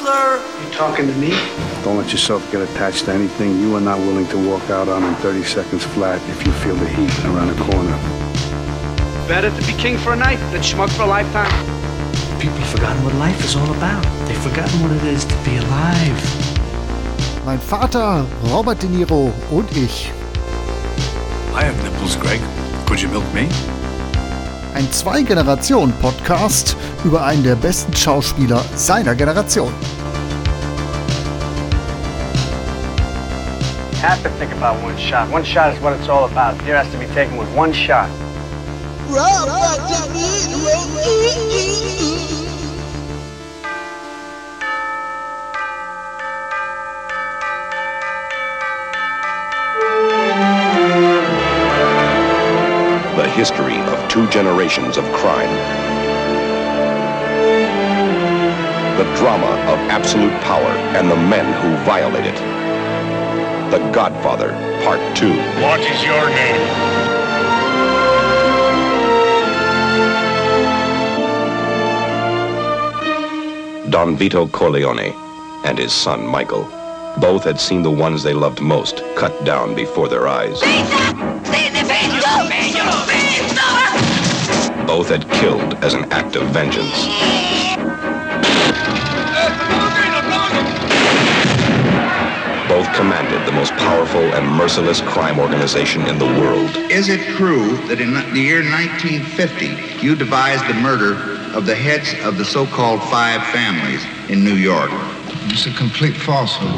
sir? You talking to me? Don't let yourself get attached to anything you are not willing to walk out on in 30 seconds flat if you feel the heat around the corner. Better to be king for a night than schmuck for a lifetime. People have forgotten what life is all about. They've forgotten what it is to be alive. Mein Vater, Robert De Niro und ich. I have nipples, Greg. Could you milk me? Ein Zwei-Generationen-Podcast über einen der besten Schauspieler seiner Generation. You have to think about one shot. One shot is what it's all about. Here has to be taken with one shot. The history of two generations of crime. The drama of absolute power and the men who violate it. The Godfather, Part 2. What is your name? Don Vito Corleone and his son Michael. Both had seen the ones they loved most cut down before their eyes. Both had killed as an act of vengeance. Both commanded the most powerful and merciless crime organization in the world. Is it true that in the year 1950 you devised the murder of the heads of the so-called five families in New York? It's a complete falsehood.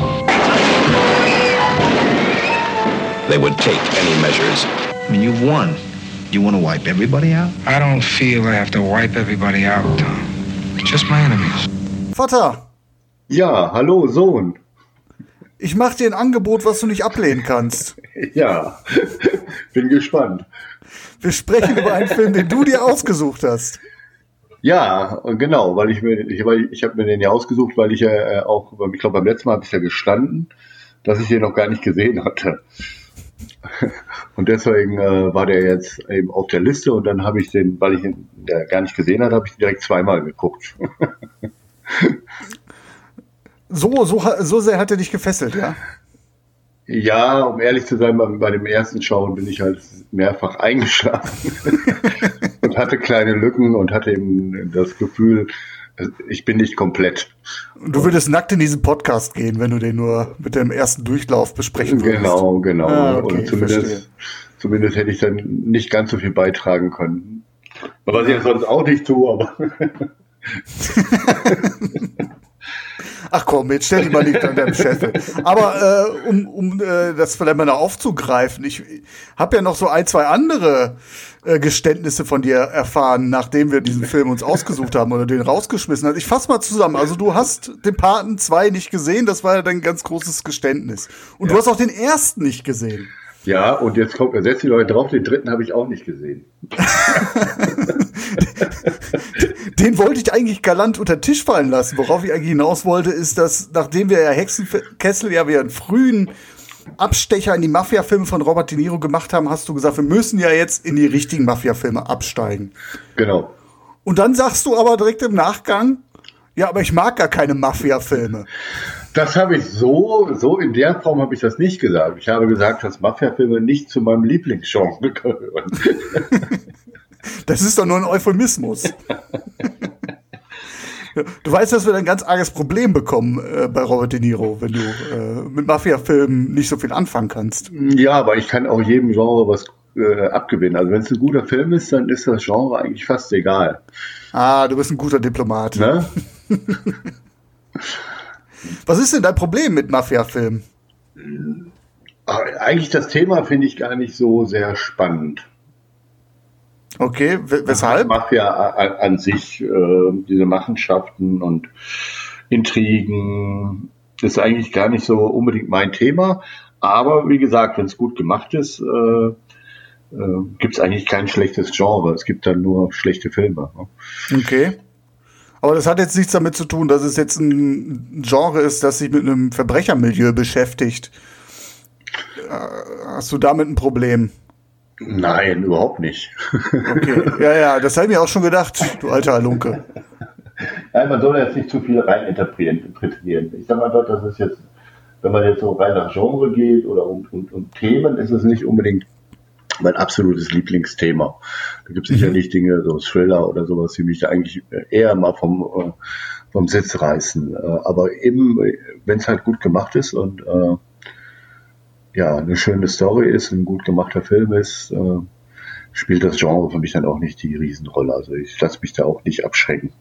They would take any measures. I mean, you've won. You want to wipe everybody out? I don't feel I have to wipe everybody out, Tom. Just my enemies. Vater! Ja, hallo Sohn. Ich mach dir ein Angebot, was du nicht ablehnen kannst. Ja, bin gespannt. Wir sprechen über einen Film, den du dir ausgesucht hast. Ja, genau, weil ich habe mir den ja ausgesucht, weil ich ja auch, ich glaube beim letzten Mal habe ich ja gestanden, dass ich den noch gar nicht gesehen hatte. Und deswegen war der jetzt eben auf der Liste und dann habe ich den, weil ich ihn gar nicht gesehen hatte, habe ich ihn direkt zweimal geguckt. So sehr hat er dich gefesselt, ja? Ja, um ehrlich zu sein, bei dem ersten Schauen bin ich halt mehrfach eingeschlafen und hatte kleine Lücken und hatte eben das Gefühl, ich bin nicht komplett. Du würdest nackt in diesen Podcast gehen, wenn du den nur mit dem ersten Durchlauf besprechen würdest. Genau. Ah, okay, und zumindest hätte ich dann nicht ganz so viel beitragen können. Was ich ja sonst auch nicht tue, aber... Ach komm, jetzt stell dich mal nicht an deinem Chef. Aber um das vielleicht mal noch aufzugreifen, ich habe ja noch so ein, zwei andere Geständnisse von dir erfahren, nachdem wir diesen Film uns ausgesucht haben oder den rausgeschmissen haben. Ich fass mal zusammen. Also du hast den Paten 2 nicht gesehen, das war ja dein ganz großes Geständnis. Und du hast auch den ersten nicht gesehen. Ja, und jetzt setzt die Leute drauf, den dritten habe ich auch nicht gesehen. Den wollte ich eigentlich galant unter den Tisch fallen lassen. Worauf ich eigentlich hinaus wollte, ist, dass nachdem wir ja Hexenkessel ja wieder einen frühen Abstecher in die Mafia-Filme von Robert De Niro gemacht haben, hast du gesagt, wir müssen ja jetzt in die richtigen Mafia-Filme absteigen. Genau. Und dann sagst du aber direkt im Nachgang, ja, aber ich mag gar keine Mafia-Filme. Das habe ich so in der Form habe ich das nicht gesagt. Ich habe gesagt, dass Mafia-Filme nicht zu meinem Lieblingsgenre gehören. Das ist doch nur ein Euphemismus. Du weißt, dass wir ein ganz arges Problem bekommen bei Robert De Niro, wenn du mit Mafia-Filmen nicht so viel anfangen kannst. Ja, aber ich kann auch jedem Genre was abgewinnen. Also wenn es ein guter Film ist, dann ist das Genre eigentlich fast egal. Ah, du bist ein guter Diplomat. Ne? Was ist denn dein Problem mit Mafia-Filmen? Eigentlich das Thema finde ich gar nicht so sehr spannend. Okay, weshalb? Mafia an sich, diese Machenschaften und Intrigen, ist eigentlich gar nicht so unbedingt mein Thema. Aber wie gesagt, wenn es gut gemacht ist, gibt es eigentlich kein schlechtes Genre. Es gibt dann nur schlechte Filme. Okay. Aber das hat jetzt nichts damit zu tun, dass es jetzt ein Genre ist, das sich mit einem Verbrechermilieu beschäftigt. Hast du damit ein Problem? Nein, überhaupt nicht. Okay, ja, das habe ich mir auch schon gedacht, du alter Halunke. Nein, man soll jetzt nicht zu viel rein interpretieren. Ich sage einfach, das ist jetzt, wenn man jetzt so rein nach Genre geht oder um Themen, ist es nicht unbedingt mein absolutes Lieblingsthema. Da gibt es sicherlich Dinge, so Thriller oder sowas, die mich da eigentlich eher mal vom Sitz reißen. Aber eben, wenn es halt gut gemacht ist und eine schöne Story ist, ein gut gemachter Film ist, spielt das Genre für mich dann auch nicht die Riesenrolle. Also ich lasse mich da auch nicht abschrecken.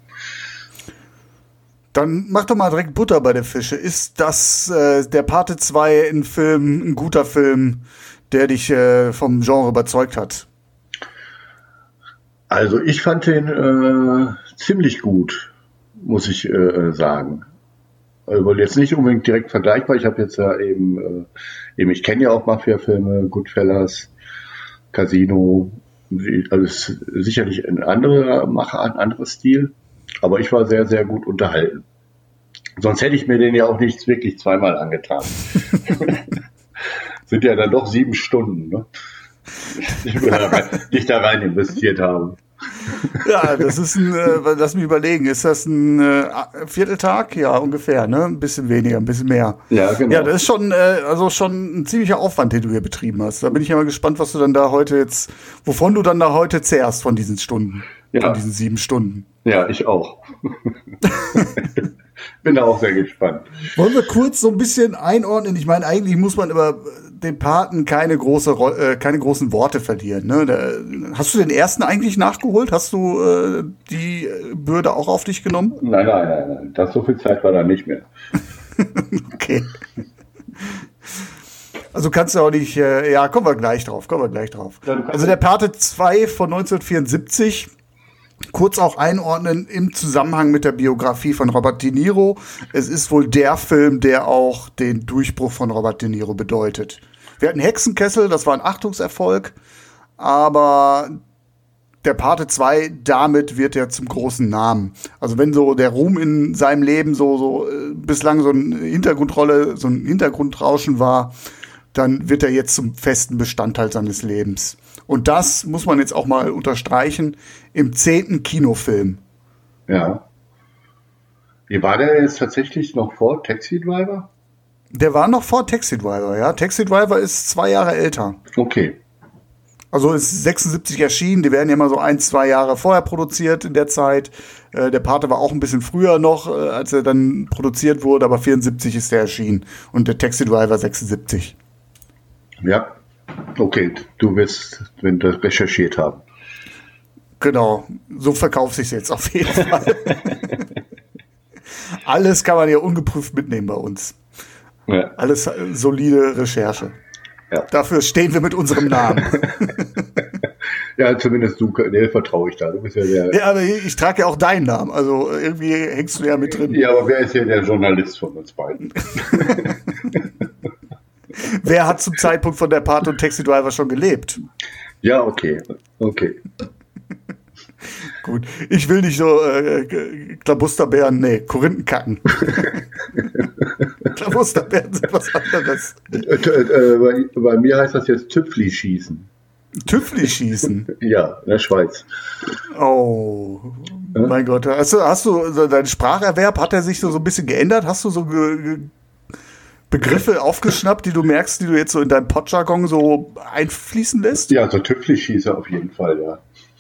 Dann mach doch mal direkt Butter bei der Fische. Ist das der Pate 2 ein guter Film, der dich vom Genre überzeugt hat? Also ich fand den ziemlich gut, muss ich sagen. Also jetzt nicht unbedingt direkt vergleichbar. Ich habe jetzt ja eben ich kenne ja auch Mafia-Filme, Goodfellas, Casino. Also es ist sicherlich ein anderer Machart, ein anderes Stil. Aber ich war sehr, sehr gut unterhalten. Sonst hätte ich mir den ja auch nicht wirklich zweimal angetan. Sind ja dann doch 7 Stunden, ne? Die ich da rein investiert habe. Ja, das ist lass mich überlegen, ist das ein Vierteltag? Ja, ungefähr, ne? Ein bisschen weniger, ein bisschen mehr. Ja, genau. Ja, das ist schon ein ziemlicher Aufwand, den du hier betrieben hast. Da bin ich ja mal gespannt, was du dann da heute wovon du dann da heute zehrst von diesen Stunden. Ja. Von diesen 7 Stunden. Ja, ich auch. Bin da auch sehr gespannt. Wollen wir kurz so ein bisschen einordnen? Ich meine, eigentlich muss man über den Paten keine großen Worte verlieren. Ne? Hast du den ersten eigentlich nachgeholt? Hast du die Bürde auch auf dich genommen? Nein. So viel Zeit war da nicht mehr. Okay. Also kannst du auch nicht, kommen wir gleich drauf. Also der Pate 2 von 1974, kurz auch einordnen im Zusammenhang mit der Biografie von Robert De Niro. Es ist wohl der Film, der auch den Durchbruch von Robert De Niro bedeutet. Wir hatten Hexenkessel, das war ein Achtungserfolg, aber der Pate 2, damit wird er zum großen Namen. Also wenn so der Ruhm in seinem Leben so bislang so eine Hintergrundrolle, so ein Hintergrundrauschen war, dann wird er jetzt zum festen Bestandteil seines Lebens. Und das muss man jetzt auch mal unterstreichen, im 10. Kinofilm. Ja. Wie war der jetzt tatsächlich noch vor Taxi Driver? Der war noch vor Taxi Driver, ja. Taxi Driver ist 2 Jahre älter. Okay. Also ist 76 erschienen, die werden ja immer so 1-2 Jahre vorher produziert in der Zeit. Der Pate war auch ein bisschen früher noch, als er dann produziert wurde, aber 74 ist der erschienen und der Taxi Driver 76. Ja, okay, du wirst, wenn das recherchiert haben. Genau, so verkauft sich's jetzt auf jeden Fall. Alles kann man ja ungeprüft mitnehmen bei uns. Ja. Alles solide Recherche. Ja. Dafür stehen wir mit unserem Namen. Ja, zumindest du, vertraue ich da. Du bist ja der. Ja, aber ich trage ja auch deinen Namen. Also irgendwie hängst du ja mit drin. Ja, aber wer ist hier der Journalist von uns beiden? Wer hat zum Zeitpunkt von der Pate und Taxi Driver schon gelebt? Ja, okay. Gut, ich will nicht so Klabusterbären, Korinthenkacken. Klabusterbären sind was anderes. Bei mir heißt das jetzt Tüpfli-Schießen. Tüpfli-Schießen? Ja, in der Schweiz. Oh, mein Gott. Hast du dein Spracherwerb, hat er sich so ein bisschen geändert? Hast du so Begriffe aufgeschnappt, die du merkst, die du jetzt so in deinem Pottjargon so einfließen lässt? Ja, so Tüpfli-Schießer auf jeden Fall, ja.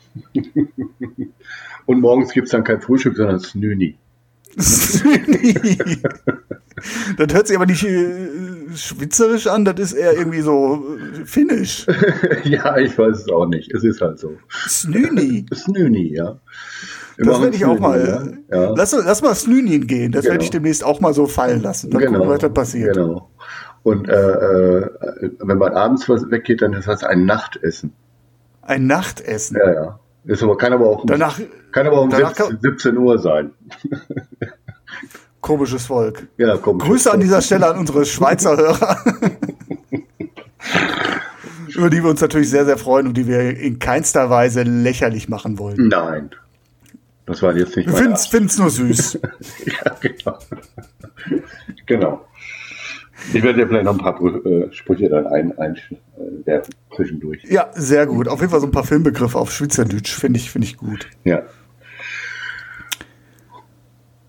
Und morgens gibt es dann kein Frühstück, sondern Snüni. Snüni. Das hört sich aber nicht schwitzerisch an, das ist eher irgendwie so finnisch. Ja, ich weiß es auch nicht. Es ist halt so. Snüni. Snüni, ja. Das werde ich auch mal. Ja. Lass mal Snünin gehen. Das werde ich demnächst auch mal so fallen lassen. Dann gucken, was da passiert. Genau. Und wenn man abends weggeht, dann ist das ein Nachtessen. Ein Nachtessen? Ja. Kann aber auch um 17 Uhr sein. Komisches Volk. Ja, komisches Grüße Volk. an dieser Stelle an unsere Schweizer Hörer. Über die wir uns natürlich sehr, sehr freuen und die wir in keinster Weise lächerlich machen wollen. Nein. Das war jetzt nicht Wir finden es nur süß. Ja, genau. Ich werde dir vielleicht noch ein paar Sprüche dann einwerfen zwischendurch. Ja, sehr gut. Auf jeden Fall so ein paar Filmbegriffe auf Schweizerdeutsch finde ich gut. Ja.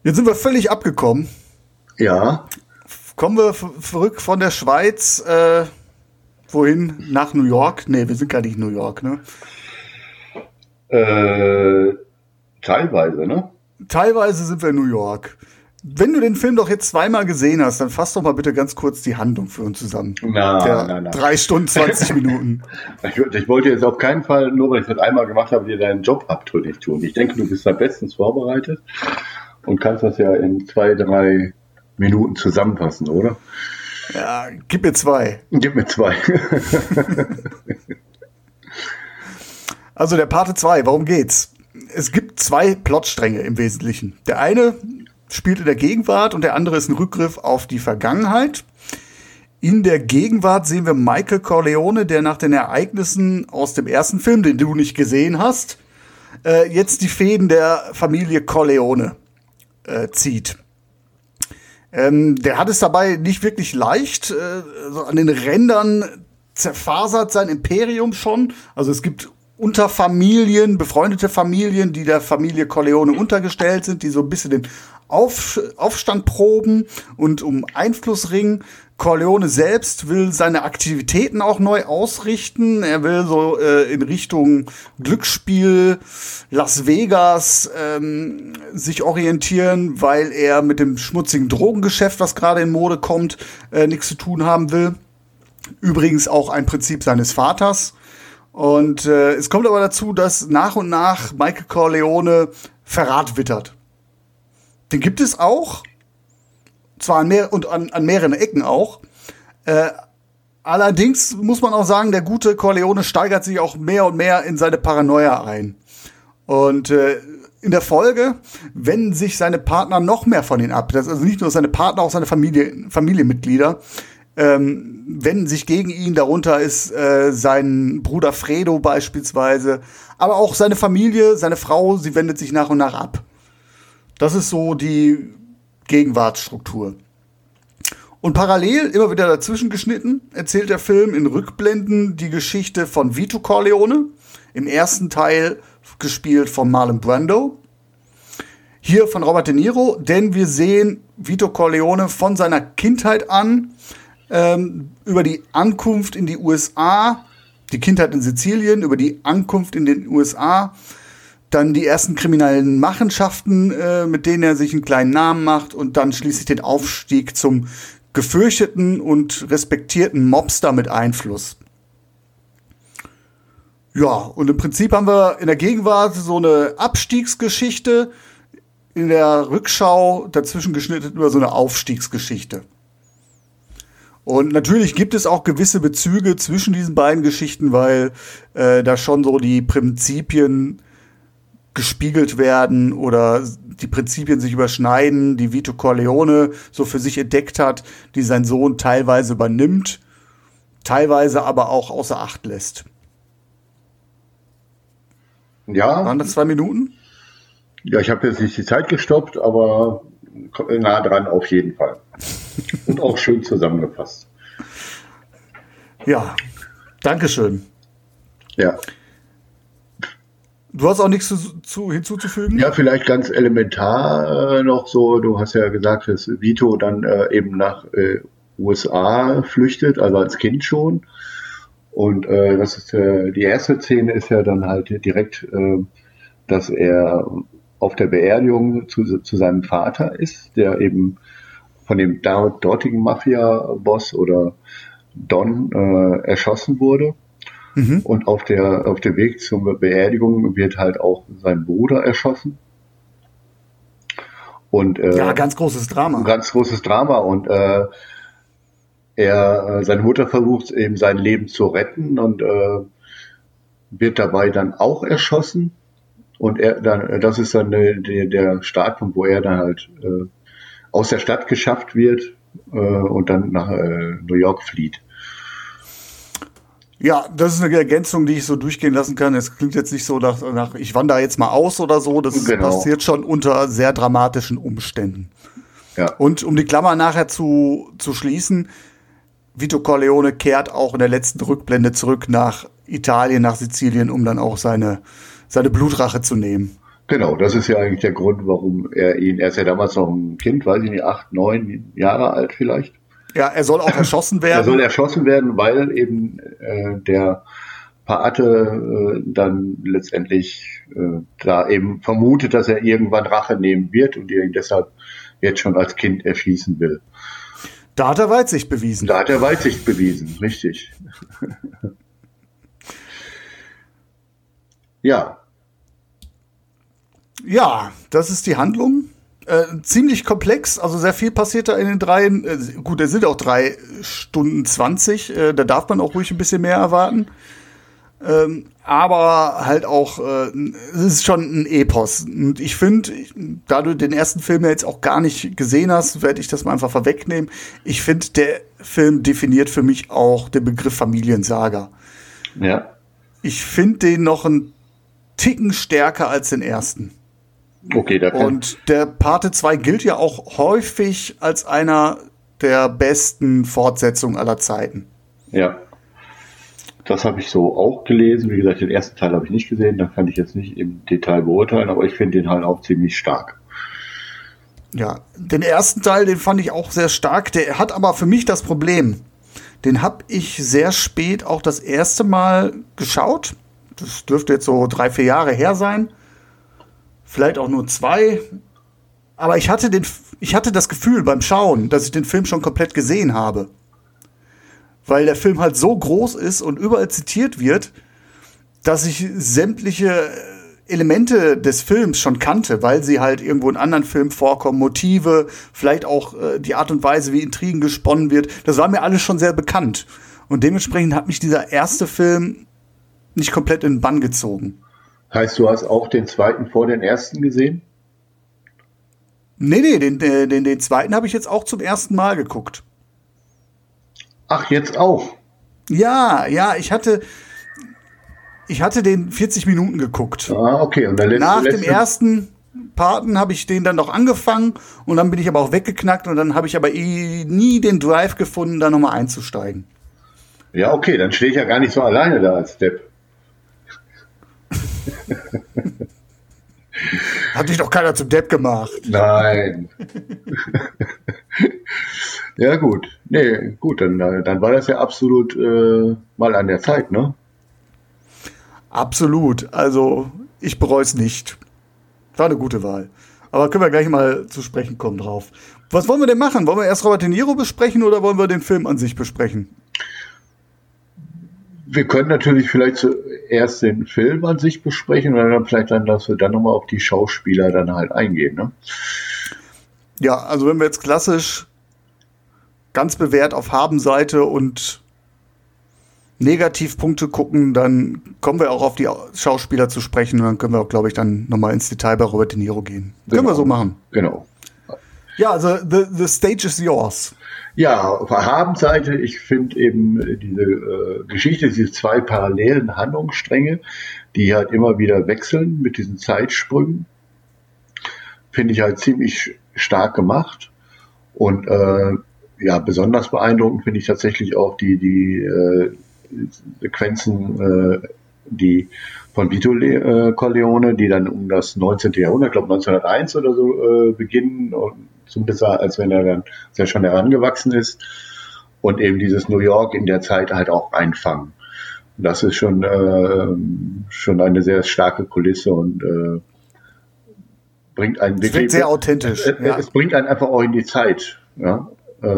Jetzt sind wir völlig abgekommen. Ja. Kommen wir zurück von der Schweiz, wohin? Nach New York? Nee, wir sind gar nicht in New York, ne? Teilweise, ne? Teilweise sind wir in New York. Wenn du den Film doch jetzt zweimal gesehen hast, dann fass doch mal bitte ganz kurz die Handlung für uns zusammen. Na. 3 Stunden, 20 Minuten. Ich wollte jetzt auf keinen Fall, nur weil ich das einmal gemacht habe, dir deinen Job abtrünnig tun. Ich denke, du bist da bestens vorbereitet und kannst das ja in 2, 3 Minuten zusammenfassen, oder? Ja, gib mir 2. Gib mir 2. Also der Pate 2, worum geht's? Es gibt 2 Plotstränge im Wesentlichen. Der eine spielt in der Gegenwart und der andere ist ein Rückgriff auf die Vergangenheit. In der Gegenwart sehen wir Michael Corleone, der nach den Ereignissen aus dem ersten Film, den du nicht gesehen hast, jetzt die Fäden der Familie Corleone zieht. Der hat es dabei nicht wirklich leicht. So an den Rändern zerfasert sein Imperium schon. Also es gibt Unterfamilien, befreundete Familien, die der Familie Corleone untergestellt sind, die so ein bisschen den Aufstand proben und um Einfluss ringen. Corleone selbst will seine Aktivitäten auch neu ausrichten. Er will so in Richtung Glücksspiel, Las Vegas sich orientieren, weil er mit dem schmutzigen Drogengeschäft, was gerade in Mode kommt, nichts zu tun haben will. Übrigens auch ein Prinzip seines Vaters. Und es kommt aber dazu, dass nach und nach Michael Corleone Verrat wittert. Den gibt es auch, zwar an mehreren Ecken auch. Allerdings muss man auch sagen, der gute Corleone steigert sich auch mehr und mehr in seine Paranoia ein. Und in der Folge wenden sich seine Partner noch mehr von ihm ab. Das ist also nicht nur seine Partner, auch seine Familienmitglieder wenden sich gegen ihn. Darunter ist sein Bruder Fredo beispielsweise. Aber auch seine Familie, seine Frau, sie wendet sich nach und nach ab. Das ist so die Gegenwartsstruktur. Und parallel, immer wieder dazwischen geschnitten, erzählt der Film in Rückblenden die Geschichte von Vito Corleone. Im ersten Teil gespielt von Marlon Brando. Hier von Robert De Niro, denn wir sehen Vito Corleone von seiner Kindheit an, über die Ankunft in die USA, die Kindheit in Sizilien, über die Ankunft in den USA, dann die ersten kriminellen Machenschaften, mit denen er sich einen kleinen Namen macht und dann schließlich den Aufstieg zum gefürchteten und respektierten Mobster mit Einfluss. Ja, und im Prinzip haben wir in der Gegenwart so eine Abstiegsgeschichte, in der Rückschau dazwischen geschnitten über so eine Aufstiegsgeschichte. Und natürlich gibt es auch gewisse Bezüge zwischen diesen beiden Geschichten, weil da schon so die Prinzipien gespiegelt werden oder die Prinzipien sich überschneiden, die Vito Corleone so für sich entdeckt hat, die sein Sohn teilweise übernimmt, teilweise aber auch außer Acht lässt. Ja. Waren das 2 Minuten? Ja, ich habe jetzt nicht die Zeit gestoppt, aber nah dran auf jeden Fall. Und auch schön zusammengefasst. Ja, Dankeschön. Ja. Du hast auch nichts hinzuzufügen? Ja, vielleicht ganz elementar noch so, du hast ja gesagt, dass Vito dann eben nach USA flüchtet, also als Kind schon. Und das ist die erste Szene ist ja dann halt direkt, dass er auf der Beerdigung zu seinem Vater ist, der eben von dem dortigen Mafia-Boss oder Don erschossen wurde. Mhm. Und auf dem Weg zur Beerdigung wird halt auch sein Bruder erschossen. Und ja, ganz großes Drama. Ganz großes Drama. Und seine Mutter versucht eben sein Leben zu retten und wird dabei dann auch erschossen. Und das ist dann der Startpunkt, wo er dann halt aus der Stadt geschafft wird und dann nach New York flieht. Ja, das ist eine Ergänzung, die ich so durchgehen lassen kann. Es klingt jetzt nicht so nach ich wandere jetzt mal aus oder so. Das passiert schon unter sehr dramatischen Umständen. Ja. Und um die Klammer nachher zu schließen, Vito Corleone kehrt auch in der letzten Rückblende zurück nach Italien, nach Sizilien, um dann auch seine Blutrache zu nehmen. Genau, das ist ja eigentlich der Grund, warum er ist ja damals noch ein Kind, weiß ich nicht, 8, 9 Jahre alt vielleicht. Ja, er soll auch erschossen werden. Er soll erschossen werden, weil eben der Pate dann letztendlich da eben vermutet, dass er irgendwann Rache nehmen wird und ihn deshalb jetzt schon als Kind erschießen will. Da hat er Weitsicht bewiesen. Richtig. Ja. Ja, das ist die Handlung. Ziemlich komplex, also sehr viel passiert da in den dreien. Gut, es sind auch 3 Stunden 20, da darf man auch ruhig ein bisschen mehr erwarten. Aber halt auch, es ist schon ein Epos. Und ich finde, da du den ersten Film ja jetzt auch gar nicht gesehen hast, werde ich das mal einfach vorwegnehmen. Ich finde, der Film definiert für mich auch den Begriff Familiensaga. Ja. Ich finde den noch einen Ticken stärker als den ersten. Okay, und der Pate 2 gilt ja auch häufig als einer der besten Fortsetzungen aller Zeiten. Ja. Das habe ich so auch gelesen. Wie gesagt, den ersten Teil habe ich nicht gesehen. Da kann ich jetzt nicht im Detail beurteilen, aber ich finde den halt auch ziemlich stark. Ja, den ersten Teil, den fand ich auch sehr stark. Der hat aber für mich das Problem. Den habe ich sehr spät auch das erste Mal geschaut. Das dürfte jetzt so 3, 4 Jahre her sein. Vielleicht auch nur 2. Aber ich hatte das Gefühl beim Schauen, dass ich den Film schon komplett gesehen habe. Weil der Film halt so groß ist und überall zitiert wird, dass ich sämtliche Elemente des Films schon kannte, weil sie halt irgendwo in anderen Filmen vorkommen, Motive, vielleicht auch die Art und Weise, wie Intrigen gesponnen wird. Das war mir alles schon sehr bekannt. Und dementsprechend hat mich dieser erste Film nicht komplett in den Bann gezogen. Heißt, du hast auch den zweiten vor den ersten gesehen? Nee, den zweiten habe ich jetzt auch zum ersten Mal geguckt. Ach, jetzt auch? Ja, ich hatte den 40 Minuten geguckt. Ah, okay. Und nach dem ersten Paten habe ich den dann noch angefangen und dann bin ich aber auch weggeknackt und dann habe ich aber nie den Drive gefunden, da nochmal einzusteigen. Ja, okay, dann stehe ich ja gar nicht so alleine da als Depp. Hat dich doch keiner zum Depp gemacht. Nein. Ja, gut. Nee, gut, dann war das ja absolut mal an der Zeit, ne? Absolut. Also, ich bereue es nicht. War eine gute Wahl. Aber können wir gleich mal zu sprechen kommen drauf. Was wollen wir denn machen? Wollen wir erst Robert De Niro besprechen oder wollen wir den Film an sich besprechen? Wir können natürlich vielleicht zuerst den Film an sich besprechen und dann vielleicht dass wir dann nochmal auf die Schauspieler dann halt eingehen, ne? Ja, also wenn wir jetzt klassisch ganz bewährt auf Habenseite und Negativpunkte gucken, dann kommen wir auch auf die Schauspieler zu sprechen und dann können wir auch, glaube ich, dann nochmal ins Detail bei Robert De Niro gehen. Genau. Können wir so machen. Genau. Ja, also the stage is yours. Ja, auf der Habenseite, ich finde eben diese Geschichte, diese 2 parallelen Handlungsstränge, die halt immer wieder wechseln mit diesen Zeitsprüngen, finde ich halt ziemlich stark gemacht. Und ja, besonders beeindruckend finde ich tatsächlich auch die Sequenzen, die von Vito Corleone, die dann um das 19. Jahrhundert, ich glaube 1901 oder so, beginnen, und zumindest als wenn er dann sehr schon herangewachsen ist, und eben dieses New York in der Zeit halt auch einfangen. Das ist schon eine sehr starke Kulisse und bringt einen wirklich... Klingt sehr authentisch. Es bringt einen einfach auch in die Zeit. Ja?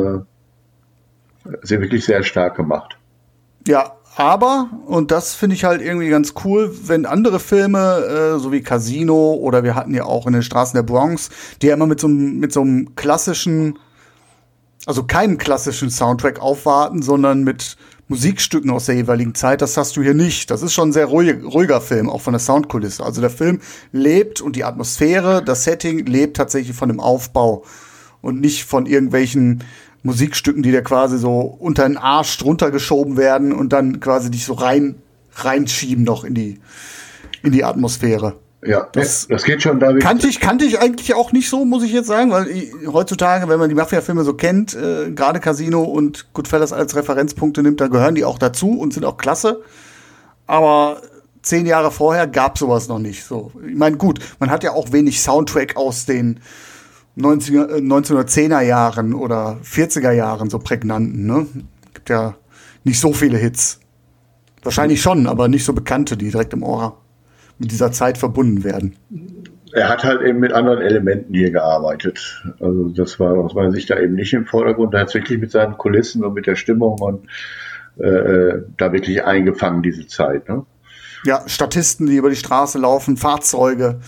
Ist wirklich sehr stark gemacht. Ja, aber, und das finde ich halt irgendwie ganz cool, wenn andere Filme, so wie Casino oder wir hatten ja auch in den Straßen der Bronx, die ja immer mit so einem klassischen, also keinen klassischen Soundtrack aufwarten, sondern mit Musikstücken aus der jeweiligen Zeit, das hast du hier nicht. Das ist schon ein sehr ruhiger Film, auch von der Soundkulisse. Also der Film lebt und die Atmosphäre, das Setting lebt tatsächlich von dem Aufbau und nicht von irgendwelchen Musikstücken, die dir quasi so unter den Arsch drunter geschoben werden und dann quasi dich so reinschieben noch in die Atmosphäre. Ja, das geht schon da. Kannte ich eigentlich auch nicht so, muss ich jetzt sagen, weil heutzutage, wenn man die Mafia-Filme so kennt, gerade Casino und Goodfellas als Referenzpunkte nimmt, dann gehören die auch dazu und sind auch klasse. Aber 10 Jahre vorher gab sowas noch nicht. So, ich meine, gut, man hat ja auch wenig Soundtrack aus den 1910er Jahren oder 40er Jahren, so prägnanten, ne? Gibt ja nicht so viele Hits. Wahrscheinlich schon, aber nicht so bekannte, die direkt im Ohr mit dieser Zeit verbunden werden. Er hat halt eben mit anderen Elementen hier gearbeitet. Also das war aus meiner Sicht da eben nicht im Vordergrund. Er hat es wirklich mit seinen Kulissen und mit der Stimmung und da wirklich eingefangen, diese Zeit. Ne? Ja, Statisten, die über die Straße laufen, Fahrzeuge,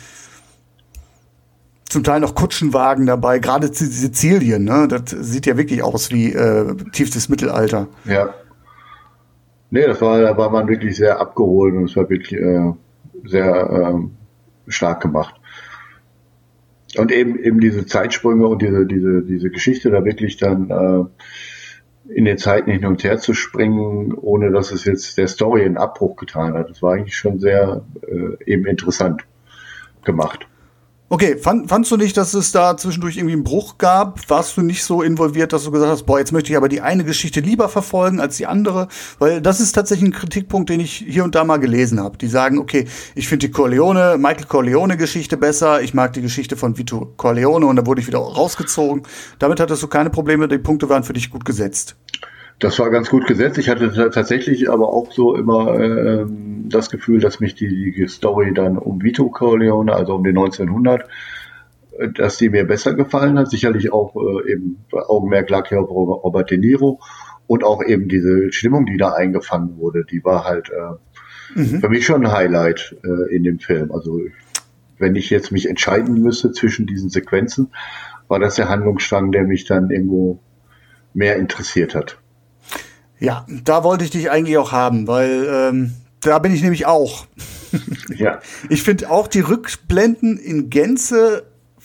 zum Teil noch Kutschenwagen dabei, gerade Sizilien, ne? Das sieht ja wirklich aus wie tiefstes Mittelalter. Ja. Nee, da war man wirklich sehr abgeholt und es war wirklich sehr stark gemacht. Und eben diese Zeitsprünge und diese Geschichte da wirklich dann in den Zeiten hin und her zu springen, ohne dass es jetzt der Story einen Abbruch getan hat. Das war eigentlich schon sehr eben interessant gemacht. Okay, fandst du nicht, dass es da zwischendurch irgendwie einen Bruch gab? Warst du nicht so involviert, dass du gesagt hast, boah, jetzt möchte ich aber die eine Geschichte lieber verfolgen als die andere? Weil das ist tatsächlich ein Kritikpunkt, den ich hier und da mal gelesen habe. Die sagen, okay, ich finde die Michael Corleone-Geschichte besser, ich mag die Geschichte von Vito Corleone und dann wurde ich wieder rausgezogen. Damit hattest du keine Probleme, die Punkte waren für dich gut gesetzt. Das war ganz gut gesetzt. Ich hatte tatsächlich aber auch so immer das Gefühl, dass mich die Story dann um Vito Corleone, also um den 1900, dass die mir besser gefallen hat. Sicherlich auch eben Augenmerk lag hier auf Robert De Niro und auch eben diese Stimmung, die da eingefangen wurde, die war halt für mich schon ein Highlight in dem Film. Also wenn ich jetzt mich entscheiden müsste zwischen diesen Sequenzen, war das der Handlungsstrang, der mich dann irgendwo mehr interessiert hat. Ja, da wollte ich dich eigentlich auch haben, weil da bin ich nämlich auch. Ja. Ich finde auch die Rückblenden in Gänze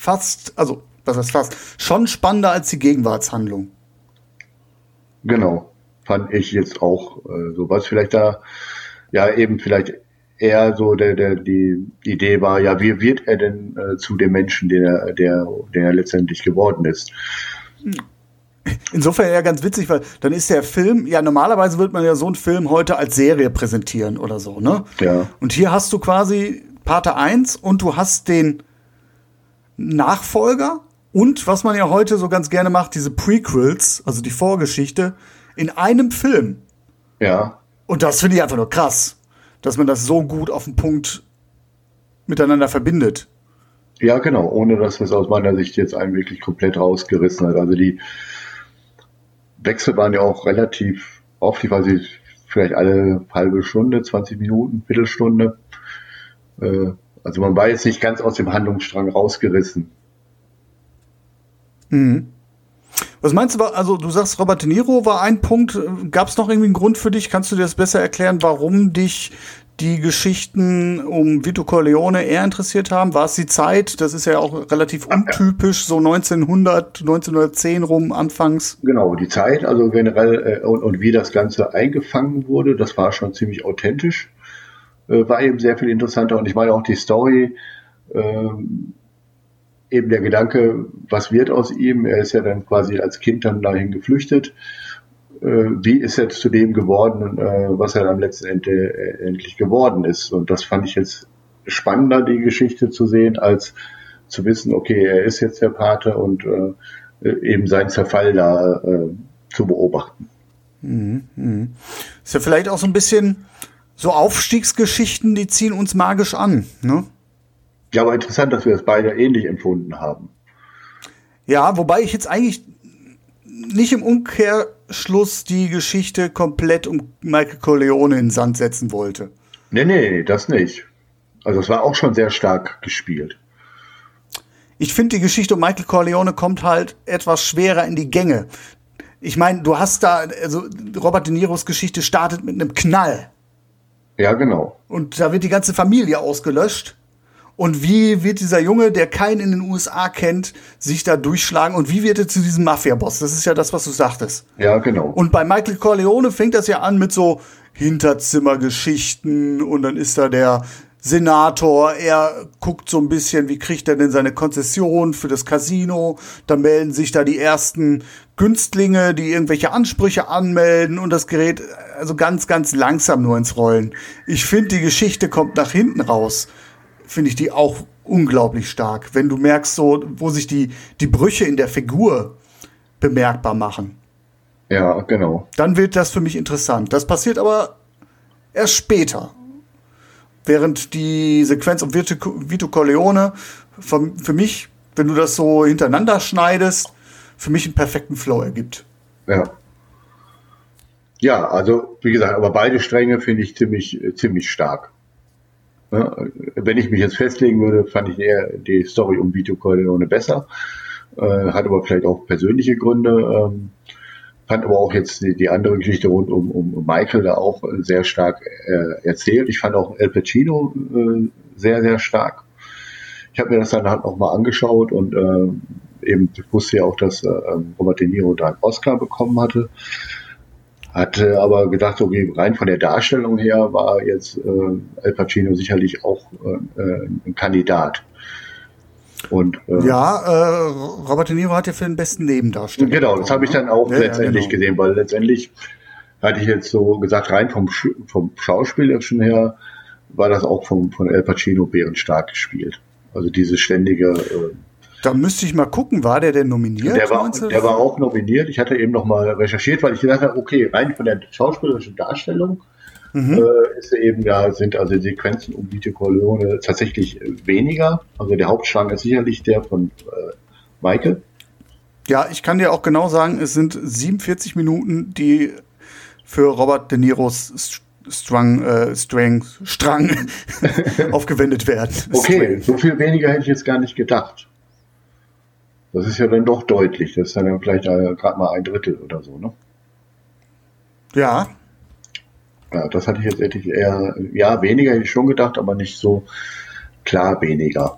schon spannender als die Gegenwartshandlung. Genau, fand ich jetzt auch so. Was vielleicht da, ja eben vielleicht eher so die Idee war, ja, wie wird er denn zu dem Menschen, den er letztendlich geworden ist? Insofern ja ganz witzig, weil dann ist der Film, ja normalerweise wird man ja so einen Film heute als Serie präsentieren oder so, ne? Ja. Und hier hast du quasi Pate 1 und du hast den Nachfolger und was man ja heute so ganz gerne macht, diese Prequels, also die Vorgeschichte, in einem Film. Ja. Und das finde ich einfach nur krass, dass man das so gut auf den Punkt miteinander verbindet. Ja, genau, ohne dass es aus meiner Sicht jetzt einen wirklich komplett rausgerissen hat. Also die Wechsel waren ja auch relativ oft, ich weiß nicht, vielleicht alle halbe Stunde, 20 Minuten, Viertelstunde. Also man war jetzt nicht ganz aus dem Handlungsstrang rausgerissen. Mhm. Was meinst du, also du sagst, Robert De Niro war ein Punkt. Gab es noch irgendwie einen Grund für dich? Kannst du dir das besser erklären, warum dich die Geschichten um Vito Corleone eher interessiert haben? War es die Zeit? Das ist ja auch relativ untypisch, so 1910 rum anfangs. Genau, die Zeit, also generell und wie das Ganze eingefangen wurde, das war schon ziemlich authentisch. War eben sehr viel interessanter und ich meine auch die Story, eben der Gedanke, was wird aus ihm? Er ist ja dann quasi als Kind dann dahin geflüchtet. Wie ist er zu dem geworden, was er dann letztendlich geworden ist? Und das fand ich jetzt spannender, die Geschichte zu sehen, als zu wissen, okay, er ist jetzt der Pate und eben seinen Zerfall da zu beobachten. Ist ja vielleicht auch so ein bisschen so Aufstiegsgeschichten, die ziehen uns magisch an, ne? Ja, aber interessant, dass wir das beide ähnlich empfunden haben. Ja, wobei ich jetzt eigentlich nicht im Umkehrschluss die Geschichte komplett um Michael Corleone in den Sand setzen wollte. Nee, das nicht. Also es war auch schon sehr stark gespielt. Ich finde, die Geschichte um Michael Corleone kommt halt etwas schwerer in die Gänge. Ich meine, du hast da, also Robert De Niros Geschichte startet mit einem Knall. Ja, genau. Und da wird die ganze Familie ausgelöscht. Und wie wird dieser Junge, der keinen in den USA kennt, sich da durchschlagen? Und wie wird er zu diesem Mafia-Boss? Das ist ja das, was du sagtest. Ja, genau. Und bei Michael Corleone fängt das ja an mit so Hinterzimmergeschichten. Und dann ist da der Senator, er guckt so ein bisschen, wie kriegt er denn seine Konzession für das Casino, da melden sich da die ersten Günstlinge, die irgendwelche Ansprüche anmelden und das gerät also ganz, ganz langsam nur ins Rollen. Ich finde, die Geschichte kommt nach hinten raus, finde ich die auch unglaublich stark, wenn du merkst so, wo sich die Brüche in der Figur bemerkbar machen. Ja, genau. Dann wird das für mich interessant. Das passiert aber erst später. Während die Sequenz um Vito Corleone für mich, wenn du das so hintereinander schneidest, für mich einen perfekten Flow ergibt. Ja. Ja, also wie gesagt, aber beide Stränge finde ich ziemlich stark. Ja, wenn ich mich jetzt festlegen würde, fand ich eher die Story um Vito Corleone besser. Hat aber vielleicht auch persönliche Gründe. Fand aber auch jetzt die andere Geschichte rund um Michael da auch sehr stark erzählt. Ich fand auch Al Pacino sehr, sehr stark. Ich habe mir das dann halt noch mal angeschaut und eben ich wusste ja auch, dass Robert De Niro da einen Oscar bekommen hatte. Hatte aber gedacht, okay, rein von der Darstellung her war jetzt Al Pacino sicherlich auch ein Kandidat. Und, Robert De Niro hat ja für den besten Nebendarsteller. Genau, das habe ich dann auch letztendlich gesehen, weil letztendlich hatte ich jetzt so gesagt, rein vom Schauspielerischen her war das auch von Al Pacino bärenstark gespielt. Also diese ständige... da müsste ich mal gucken, war der denn nominiert? Der war auch nominiert. Ich hatte eben noch mal recherchiert, weil ich gedacht habe, okay, rein von der schauspielerischen Darstellung ist eben, sind also Sequenzen um Vito Corleone tatsächlich weniger. Also der Hauptstrang ist sicherlich der von Michael. Ja, ich kann dir auch genau sagen, es sind 47 Minuten, die für Robert De Niros Strang aufgewendet werden. Okay, so viel weniger hätte ich jetzt gar nicht gedacht. Das ist ja dann doch deutlich. Das ist dann vielleicht gerade mal 1/3 oder so, ne? Ja. Ja, das hatte ich jetzt eher, weniger hätte ich schon gedacht, aber nicht so klar weniger.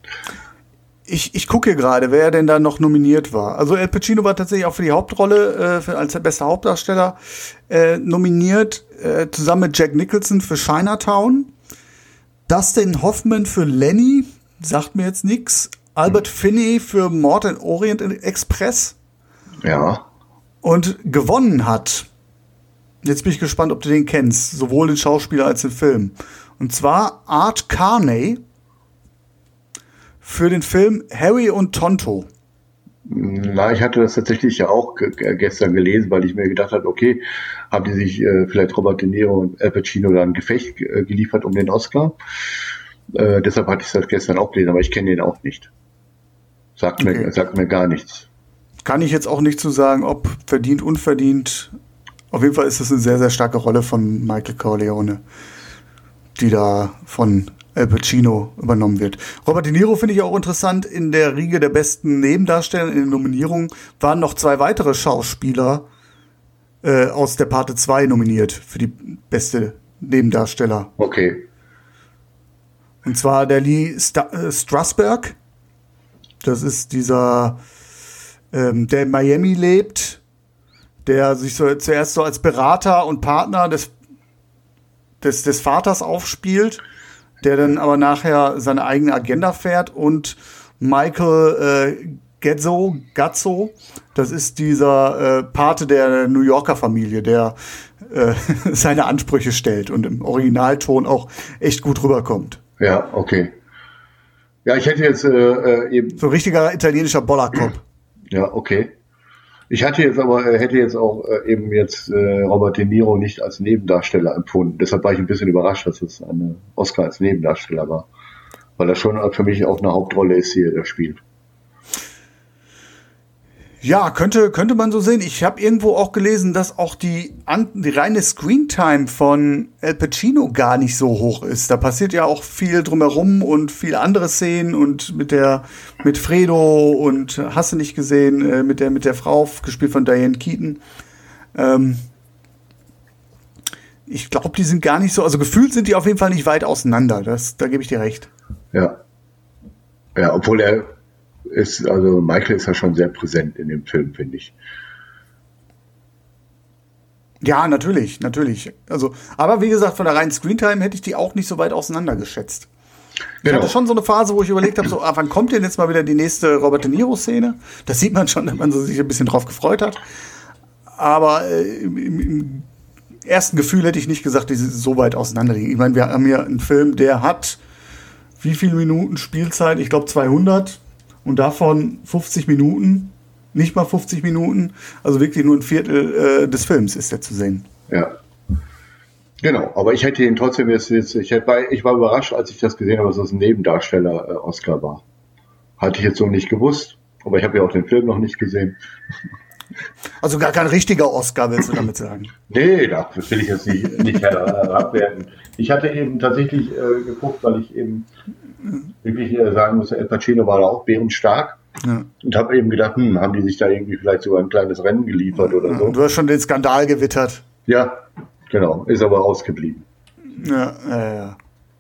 Ich gucke hier gerade, wer denn da noch nominiert war. Also Al Pacino war tatsächlich auch für die Hauptrolle als bester Hauptdarsteller nominiert, zusammen mit Jack Nicholson für Chinatown, Dustin Hoffman für Lenny, sagt mir jetzt nichts, Albert Finney für Mord im Orient Express. Ja. Und gewonnen hat, jetzt bin ich gespannt, ob du den kennst, sowohl den Schauspieler als den Film. Und zwar Art Carney für den Film Harry und Tonto. Na, ich hatte das tatsächlich ja auch gestern gelesen, weil ich mir gedacht habe, okay, haben die sich vielleicht Robert De Niro und Al Pacino da ein Gefecht geliefert um den Oscar? Deshalb hatte ich das gestern auch gelesen, aber ich kenne den auch nicht. Sagt mir gar nichts. Kann ich jetzt auch nicht zu sagen, ob verdient, unverdient. Auf jeden Fall ist es eine sehr, sehr starke Rolle von Michael Corleone, die da von Al Pacino übernommen wird. Robert De Niro finde ich auch interessant. In der Riege der besten Nebendarsteller in den Nominierungen waren noch 2 weitere Schauspieler aus der Parte 2 nominiert für die beste Nebendarsteller. Okay. Und zwar der Lee Strasberg. Das ist dieser, der in Miami lebt, der sich zuerst so als Berater und Partner des Vaters aufspielt, der dann aber nachher seine eigene Agenda fährt. Und Michael Gazzo, das ist dieser Pate der New Yorker Familie, der seine Ansprüche stellt und im Originalton auch echt gut rüberkommt. Ja, okay. Ja, ich hätte jetzt eben... So ein richtiger italienischer Bollerkopf. Ja, okay. Ich hätte jetzt auch eben Robert De Niro nicht als Nebendarsteller empfunden. Deshalb war ich ein bisschen überrascht, dass es eine Oscar als Nebendarsteller war. Weil er schon für mich auch eine Hauptrolle ist, die er spielt. Ja, könnte man so sehen. Ich habe irgendwo auch gelesen, dass auch die reine Screentime von Al Pacino gar nicht so hoch ist. Da passiert ja auch viel drumherum und viele andere Szenen und mit Fredo und hast du nicht gesehen, mit der Frau, gespielt von Diane Keaton. Ich glaube, die sind gar nicht so, also gefühlt sind die auf jeden Fall nicht weit auseinander. Da gebe ich dir recht. Ja. Ja, obwohl Michael ist ja schon sehr präsent in dem Film, finde ich. Ja, natürlich. Also, aber wie gesagt, von der reinen Screentime hätte ich die auch nicht so weit auseinander geschätzt. Ich hatte schon so eine Phase, wo ich überlegt habe, so, wann kommt denn jetzt mal wieder die nächste Robert De Niro-Szene? Das sieht man schon, wenn man sich ein bisschen drauf gefreut hat. Aber im ersten Gefühl hätte ich nicht gesagt, die sind so weit auseinander liegen. Ich meine, wir haben hier einen Film, der hat wie viele Minuten Spielzeit? Ich glaube 200 und davon 50 Minuten, nicht mal 50 Minuten, also wirklich nur ein Viertel des Films ist der zu sehen. Ja. Genau, aber ich hätte ihn trotzdem ich war überrascht, als ich das gesehen habe, dass das ein Nebendarsteller Oscar war. Hatte ich jetzt so nicht gewusst, aber ich habe ja auch den Film noch nicht gesehen. Also gar kein richtiger Oscar, willst du damit sagen? Nee, das will ich jetzt nicht herabwerten. Ich hatte eben tatsächlich geguckt, weil ich eben wirklich sagen muss, Al Pacino war da auch bärenstark. Ja. Und habe eben gedacht, haben die sich da irgendwie vielleicht sogar ein kleines Rennen geliefert oder so. Du hast schon den Skandal gewittert. Ja, genau. Ist aber ausgeblieben. Ja.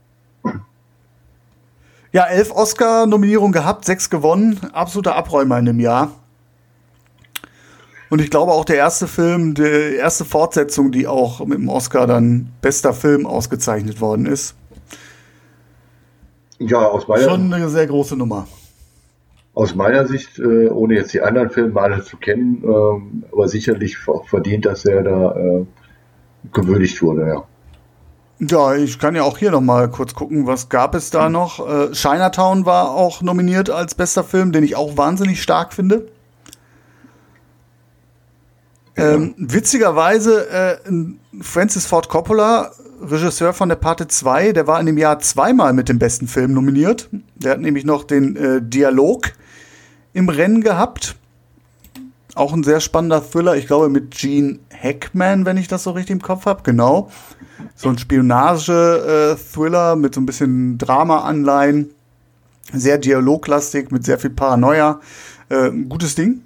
Ja, 11 Oscar-Nominierungen gehabt, 6 gewonnen. Absoluter Abräumer in dem Jahr. Und ich glaube auch der erste Fortsetzung, die auch mit dem Oscar dann bester Film ausgezeichnet worden ist. Ja, aus meiner schon eine sehr große Nummer. Aus meiner Sicht, ohne jetzt die anderen Filme alle zu kennen, aber sicherlich verdient, dass er da gewürdigt wurde, ja. Ja, ich kann ja auch hier noch mal kurz gucken, was gab es da noch. Chinatown war auch nominiert als bester Film, den ich auch wahnsinnig stark finde. Witzigerweise Francis Ford Coppola, Regisseur von Der Pate 2, der war in dem Jahr zweimal mit dem besten Film nominiert. Der hat nämlich noch den Dialog im Rennen gehabt. Auch ein sehr spannender Thriller, ich glaube mit Gene Hackman, wenn ich das so richtig im Kopf habe. Genau. So ein Spionage-Thriller mit so ein bisschen Drama-Anleihen. Sehr dialoglastig, mit sehr viel Paranoia. Gutes Ding.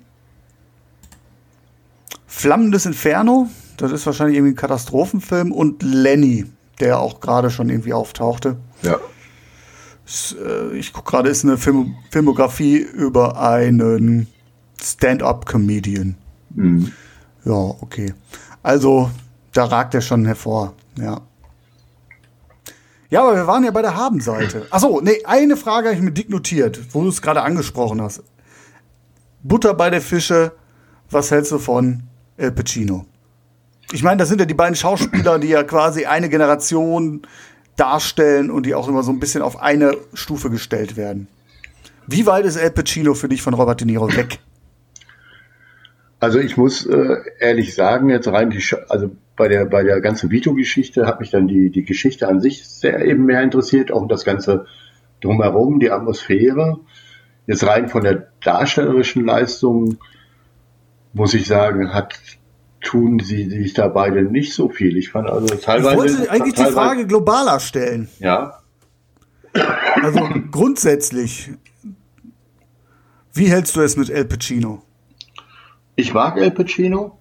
Flammendes Inferno, das ist wahrscheinlich irgendwie ein Katastrophenfilm. Und Lenny, der auch gerade schon irgendwie auftauchte. Ja. Ich gucke gerade, ist eine Filmografie über einen Stand-up-Comedian. Mhm. Ja, okay. Also, da ragt er schon hervor, ja. Ja, aber wir waren ja bei der Habenseite. Achso, nee, eine Frage habe ich mir dick notiert, wo du es gerade angesprochen hast. Butter bei der Fische, was hältst du von Al Pacino? Ich meine, das sind ja die beiden Schauspieler, die ja quasi eine Generation darstellen und die auch immer so ein bisschen auf eine Stufe gestellt werden. Wie weit ist Al Pacino für dich von Robert De Niro weg? Also ich muss ehrlich sagen, jetzt rein bei der ganzen Vito-Geschichte hat mich dann die Geschichte an sich sehr eben mehr interessiert, auch das ganze drumherum, die Atmosphäre. Jetzt rein von der darstellerischen Leistung muss ich sagen, tun sie sich da beide nicht so viel. Ich fand also teilweise. Ich wollte eigentlich die Frage globaler stellen. Ja. Also grundsätzlich, wie hältst du es mit Al Pacino? Ich mag Al Pacino.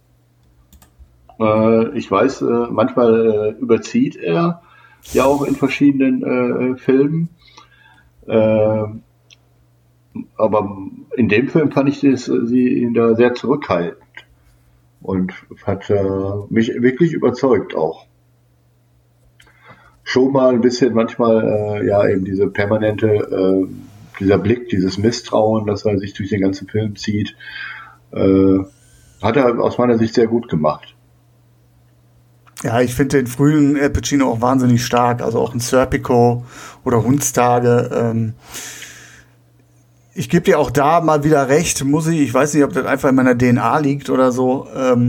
Ich weiß, manchmal überzieht er ja auch in verschiedenen Filmen. Aber in dem Film fand ich ihn da sehr zurückhaltend und hat mich wirklich überzeugt auch. Schon mal ein bisschen manchmal, eben diese permanente, dieser Blick, dieses Misstrauen, das er sich durch den ganzen Film zieht, hat er aus meiner Sicht sehr gut gemacht. Ja, ich finde den frühen Al Pacino auch wahnsinnig stark, also auch in Serpico oder Hundstage. Ich gebe dir auch da mal wieder recht, ich weiß nicht, ob das einfach in meiner DNA liegt oder so.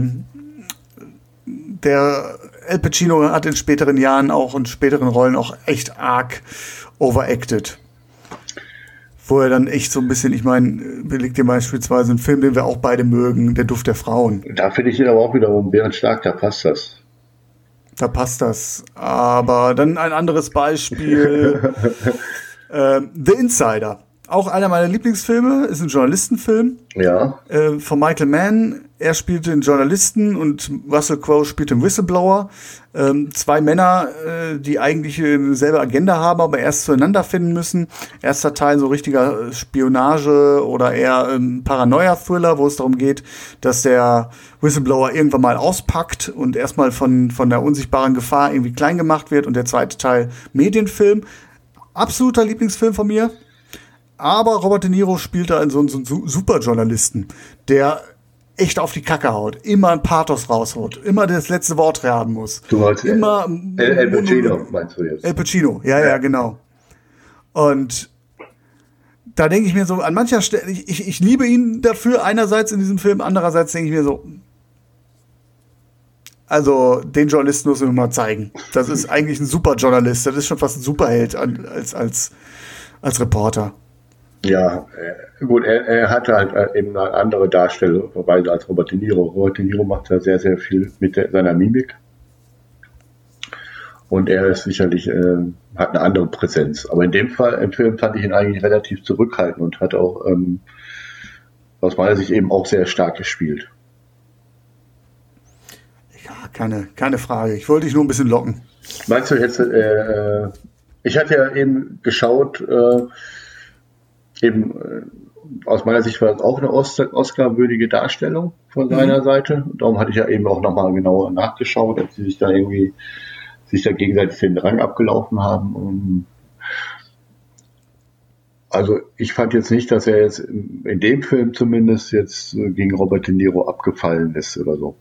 Der Al Pacino hat in späteren Jahren auch in späteren Rollen auch echt arg overacted. Wo er dann echt so ein bisschen, ich meine, belegt dir beispielsweise einen Film, den wir auch beide mögen, Der Duft der Frauen. Da finde ich ihn aber auch wiederum bärenstark, da passt das. Da passt das. Aber dann ein anderes Beispiel. The Insider. Auch einer meiner Lieblingsfilme, ist ein Journalistenfilm. Ja. Von Michael Mann. Er spielt den Journalisten und Russell Crowe spielt den Whistleblower. Zwei Männer, die eigentlich dieselbe Agenda haben, aber erst zueinander finden müssen. Erster Teil so richtiger Spionage oder eher ein Paranoia-Thriller, wo es darum geht, dass der Whistleblower irgendwann mal auspackt und erstmal von der unsichtbaren Gefahr irgendwie klein gemacht wird. Und der zweite Teil Medienfilm. Absoluter Lieblingsfilm von mir. Aber Robert De Niro spielt da so einen Superjournalisten, der echt auf die Kacke haut, immer ein Pathos raushaut, immer das letzte Wort haben muss. Du meinst immer El Pacino, meinst du jetzt? El Pacino, ja, genau. Und da denke ich mir so, an mancher Stelle, ich liebe ihn dafür einerseits in diesem Film, andererseits denke ich mir so, also den Journalisten muss man mal zeigen. Das ist eigentlich ein Superjournalist, das ist schon fast ein Superheld als Reporter. Ja, gut, er hatte halt eben eine andere Darstellungsweise als Robert De Niro. Robert De Niro macht ja sehr, sehr viel mit seiner Mimik. Und er ist sicherlich, hat eine andere Präsenz. Aber in dem Fall, im Film fand ich ihn eigentlich relativ zurückhaltend und hat auch, aus meiner Sicht eben auch sehr stark gespielt. Ja, keine Frage. Ich wollte dich nur ein bisschen locken. Meinst du jetzt, ich hatte ja eben geschaut, aus meiner Sicht war es auch eine Oscar-würdige Darstellung von seiner Seite. Darum hatte ich ja eben auch nochmal genauer nachgeschaut, als sie sich da gegenseitig den Rang abgelaufen haben. Also ich fand jetzt nicht, dass er jetzt in dem Film zumindest jetzt gegen Robert De Niro abgefallen ist oder so.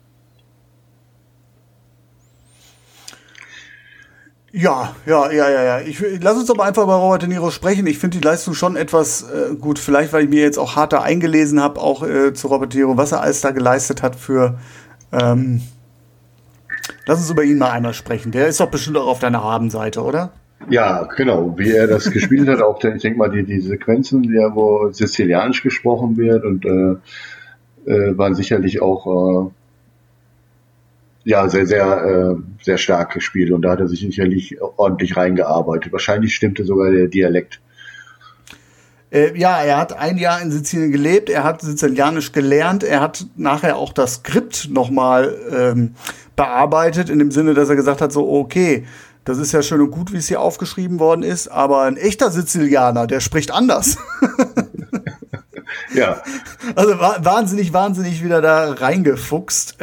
Ja. Lass uns doch mal einfach über Robert De Niro sprechen. Ich finde die Leistung schon etwas gut. Vielleicht, weil ich mir jetzt auch hart da eingelesen habe, auch zu Robert De Niro, was er alles da geleistet hat für. Lass uns über ihn mal einmal sprechen. Der ist doch bestimmt auch auf deiner Habenseite, oder? Ja, genau. Wie er das gespielt hat, auch ich denke mal, die Sequenzen, wo Sizilianisch gesprochen wird und waren sicherlich auch sehr, sehr, sehr stark gespielt und da hat er sich sicherlich ordentlich reingearbeitet. Wahrscheinlich stimmte sogar der Dialekt. Er hat ein Jahr in Sizilien gelebt, er hat Sizilianisch gelernt, er hat nachher auch das Skript nochmal bearbeitet, in dem Sinne, dass er gesagt hat, so okay, das ist ja schön und gut, wie es hier aufgeschrieben worden ist, aber ein echter Sizilianer, der spricht anders. Ja. Also wahnsinnig wieder da reingefuchst.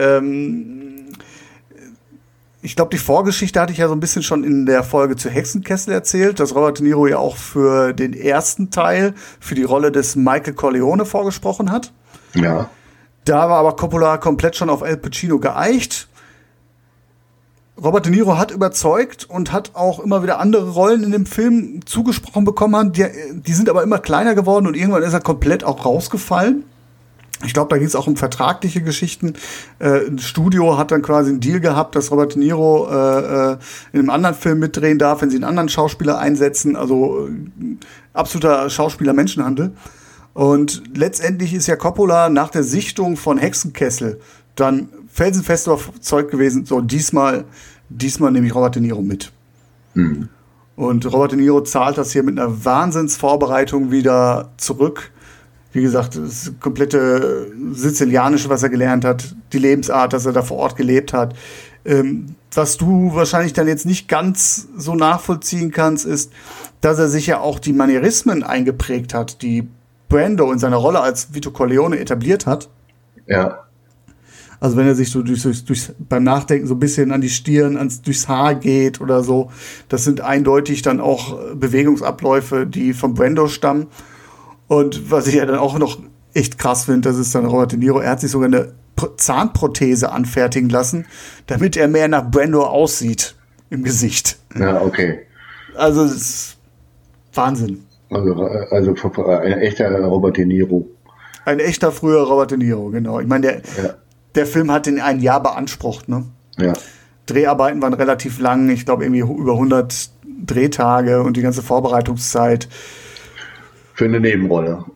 Ich glaube, die Vorgeschichte hatte ich ja so ein bisschen schon in der Folge zu Hexenkessel erzählt, dass Robert De Niro ja auch für den ersten Teil, für die Rolle des Michael Corleone vorgesprochen hat. Ja. Da war aber Coppola komplett schon auf El Pacino geeicht. Robert De Niro hat überzeugt und hat auch immer wieder andere Rollen in dem Film zugesprochen bekommen. Die sind aber immer kleiner geworden und irgendwann ist er komplett auch rausgefallen. Ich glaube, da ging es auch um vertragliche Geschichten. Ein Studio hat dann quasi einen Deal gehabt, dass Robert De Niro in einem anderen Film mitdrehen darf, wenn sie einen anderen Schauspieler einsetzen. Also absoluter Schauspieler-Menschenhandel. Und letztendlich ist ja Coppola nach der Sichtung von Hexenkessel dann felsenfest überzeugt gewesen, so diesmal nehme ich Robert De Niro mit. Mhm. Und Robert De Niro zahlt das hier mit einer Wahnsinnsvorbereitung wieder zurück. Wie gesagt, das komplette Sizilianische, was er gelernt hat, die Lebensart, dass er da vor Ort gelebt hat. Was du wahrscheinlich dann jetzt nicht ganz so nachvollziehen kannst, ist, dass er sich ja auch die Manierismen eingeprägt hat, die Brando in seiner Rolle als Vito Corleone etabliert hat. Ja. Also wenn er sich so beim Nachdenken so ein bisschen an die Stirn, durchs Haar geht oder so, das sind eindeutig dann auch Bewegungsabläufe, die von Brando stammen. Und was ich ja dann auch noch echt krass finde, das ist dann Robert De Niro, er hat sich sogar eine Zahnprothese anfertigen lassen, damit er mehr nach Brando aussieht im Gesicht. Ja, okay. Also das ist Wahnsinn. Also ein echter Robert De Niro. Ein echter früher Robert De Niro, genau. Ich meine, der Film hat den ein Jahr beansprucht, ne? Ja. Dreharbeiten waren relativ lang, ich glaube irgendwie über 100 Drehtage und die ganze Vorbereitungszeit. Für eine Nebenrolle.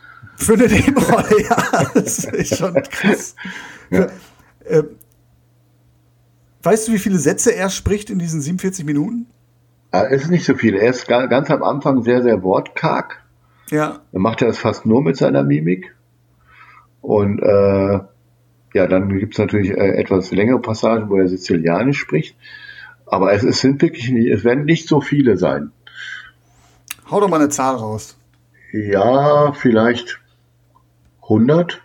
Ja, das ist schon krass. Ja. Weißt du, wie viele Sätze er spricht in diesen 47 Minuten? Es ist nicht so viel. Er ist ganz am Anfang sehr, sehr wortkarg. Ja. Dann macht er das fast nur mit seiner Mimik. Und dann gibt es natürlich etwas längere Passagen, wo er Sizilianisch spricht. Aber es werden nicht so viele sein. Hau doch mal eine Zahl raus. Ja, vielleicht 100.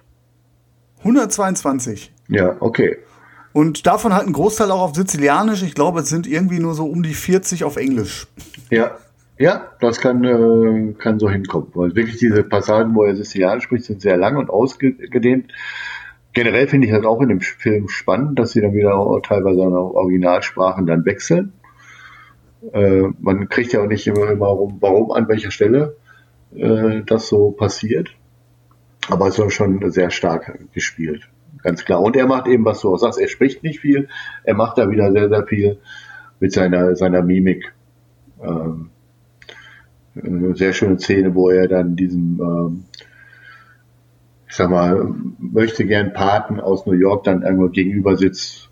122. Ja, okay. Und davon halt ein Großteil auch auf Sizilianisch. Ich glaube, es sind irgendwie nur so um die 40 auf Englisch. Ja, das kann so hinkommen. Weil wirklich diese Passagen, wo er Sizilianisch spricht, sind sehr lang und ausgedehnt. Generell finde ich das auch in dem Film spannend, dass sie dann wieder teilweise auf Originalsprachen dann wechseln. Man kriegt ja auch nicht immer warum an welcher Stelle das so passiert. Aber es ist schon sehr stark gespielt. Ganz klar. Und er macht eben, was du auch sagst, er spricht nicht viel. Er macht da wieder sehr, sehr viel mit seiner Mimik. Eine sehr schöne Szene, wo er dann diesem, ich sag mal, möchte gern Paten aus New York dann irgendwo gegenüber sitzt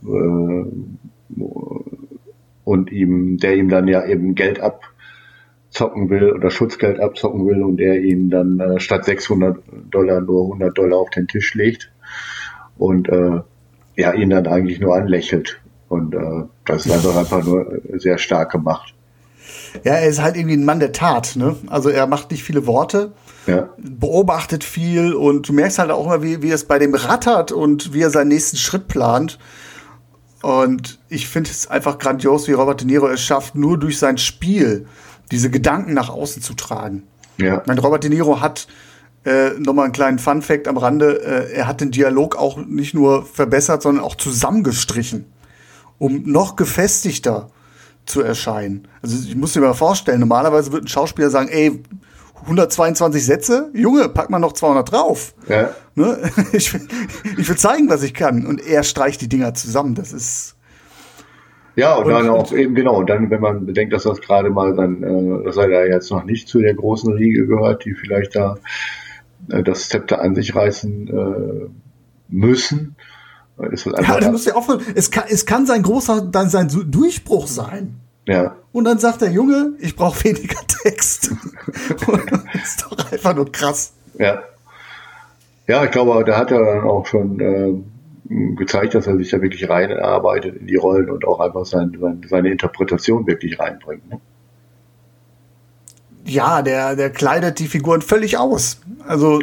und der ihm dann ja eben Geld abzocken will oder Schutzgeld abzocken will und er ihm dann statt $600 nur $100 auf den Tisch legt und ihn dann eigentlich nur anlächelt. Und das ist einfach nur sehr stark gemacht. Ja, er ist halt irgendwie ein Mann der Tat, ne? Also er macht nicht viele Worte, beobachtet viel und du merkst halt auch immer, wie es bei dem rattert und wie er seinen nächsten Schritt plant. Und ich finde es einfach grandios, wie Robert De Niro es schafft, nur durch sein Spiel diese Gedanken nach außen zu tragen. Ja. Ich meine, Robert De Niro hat nochmal einen kleinen Fun-Fact am Rande, er hat den Dialog auch nicht nur verbessert, sondern auch zusammengestrichen, um noch gefestigter zu erscheinen. Also ich muss dir mal vorstellen, normalerweise würde ein Schauspieler sagen, 122 Sätze? Junge, pack mal noch 200 drauf. Ja. Ne? Ich will zeigen, was ich kann. Und er streicht die Dinger zusammen. Das ist... Ja, und dann auch eben genau. Und dann, wenn man bedenkt, dass das gerade mal dann, dass er da jetzt noch nicht zu der großen Riege gehört, die vielleicht da das Zepter an sich reißen müssen, ist das einfach... Ja, das muss ja auch, es kann sein Durchbruch sein. Ja. Und dann sagt der Junge, ich brauche weniger Text. Und das ist doch einfach nur krass. Ja. Ja, ich glaube, da hat er dann auch schon gezeigt, dass er sich da wirklich reinarbeitet in die Rollen und auch einfach seine Interpretation wirklich reinbringt. Ne? Ja, der kleidet die Figuren völlig aus. Also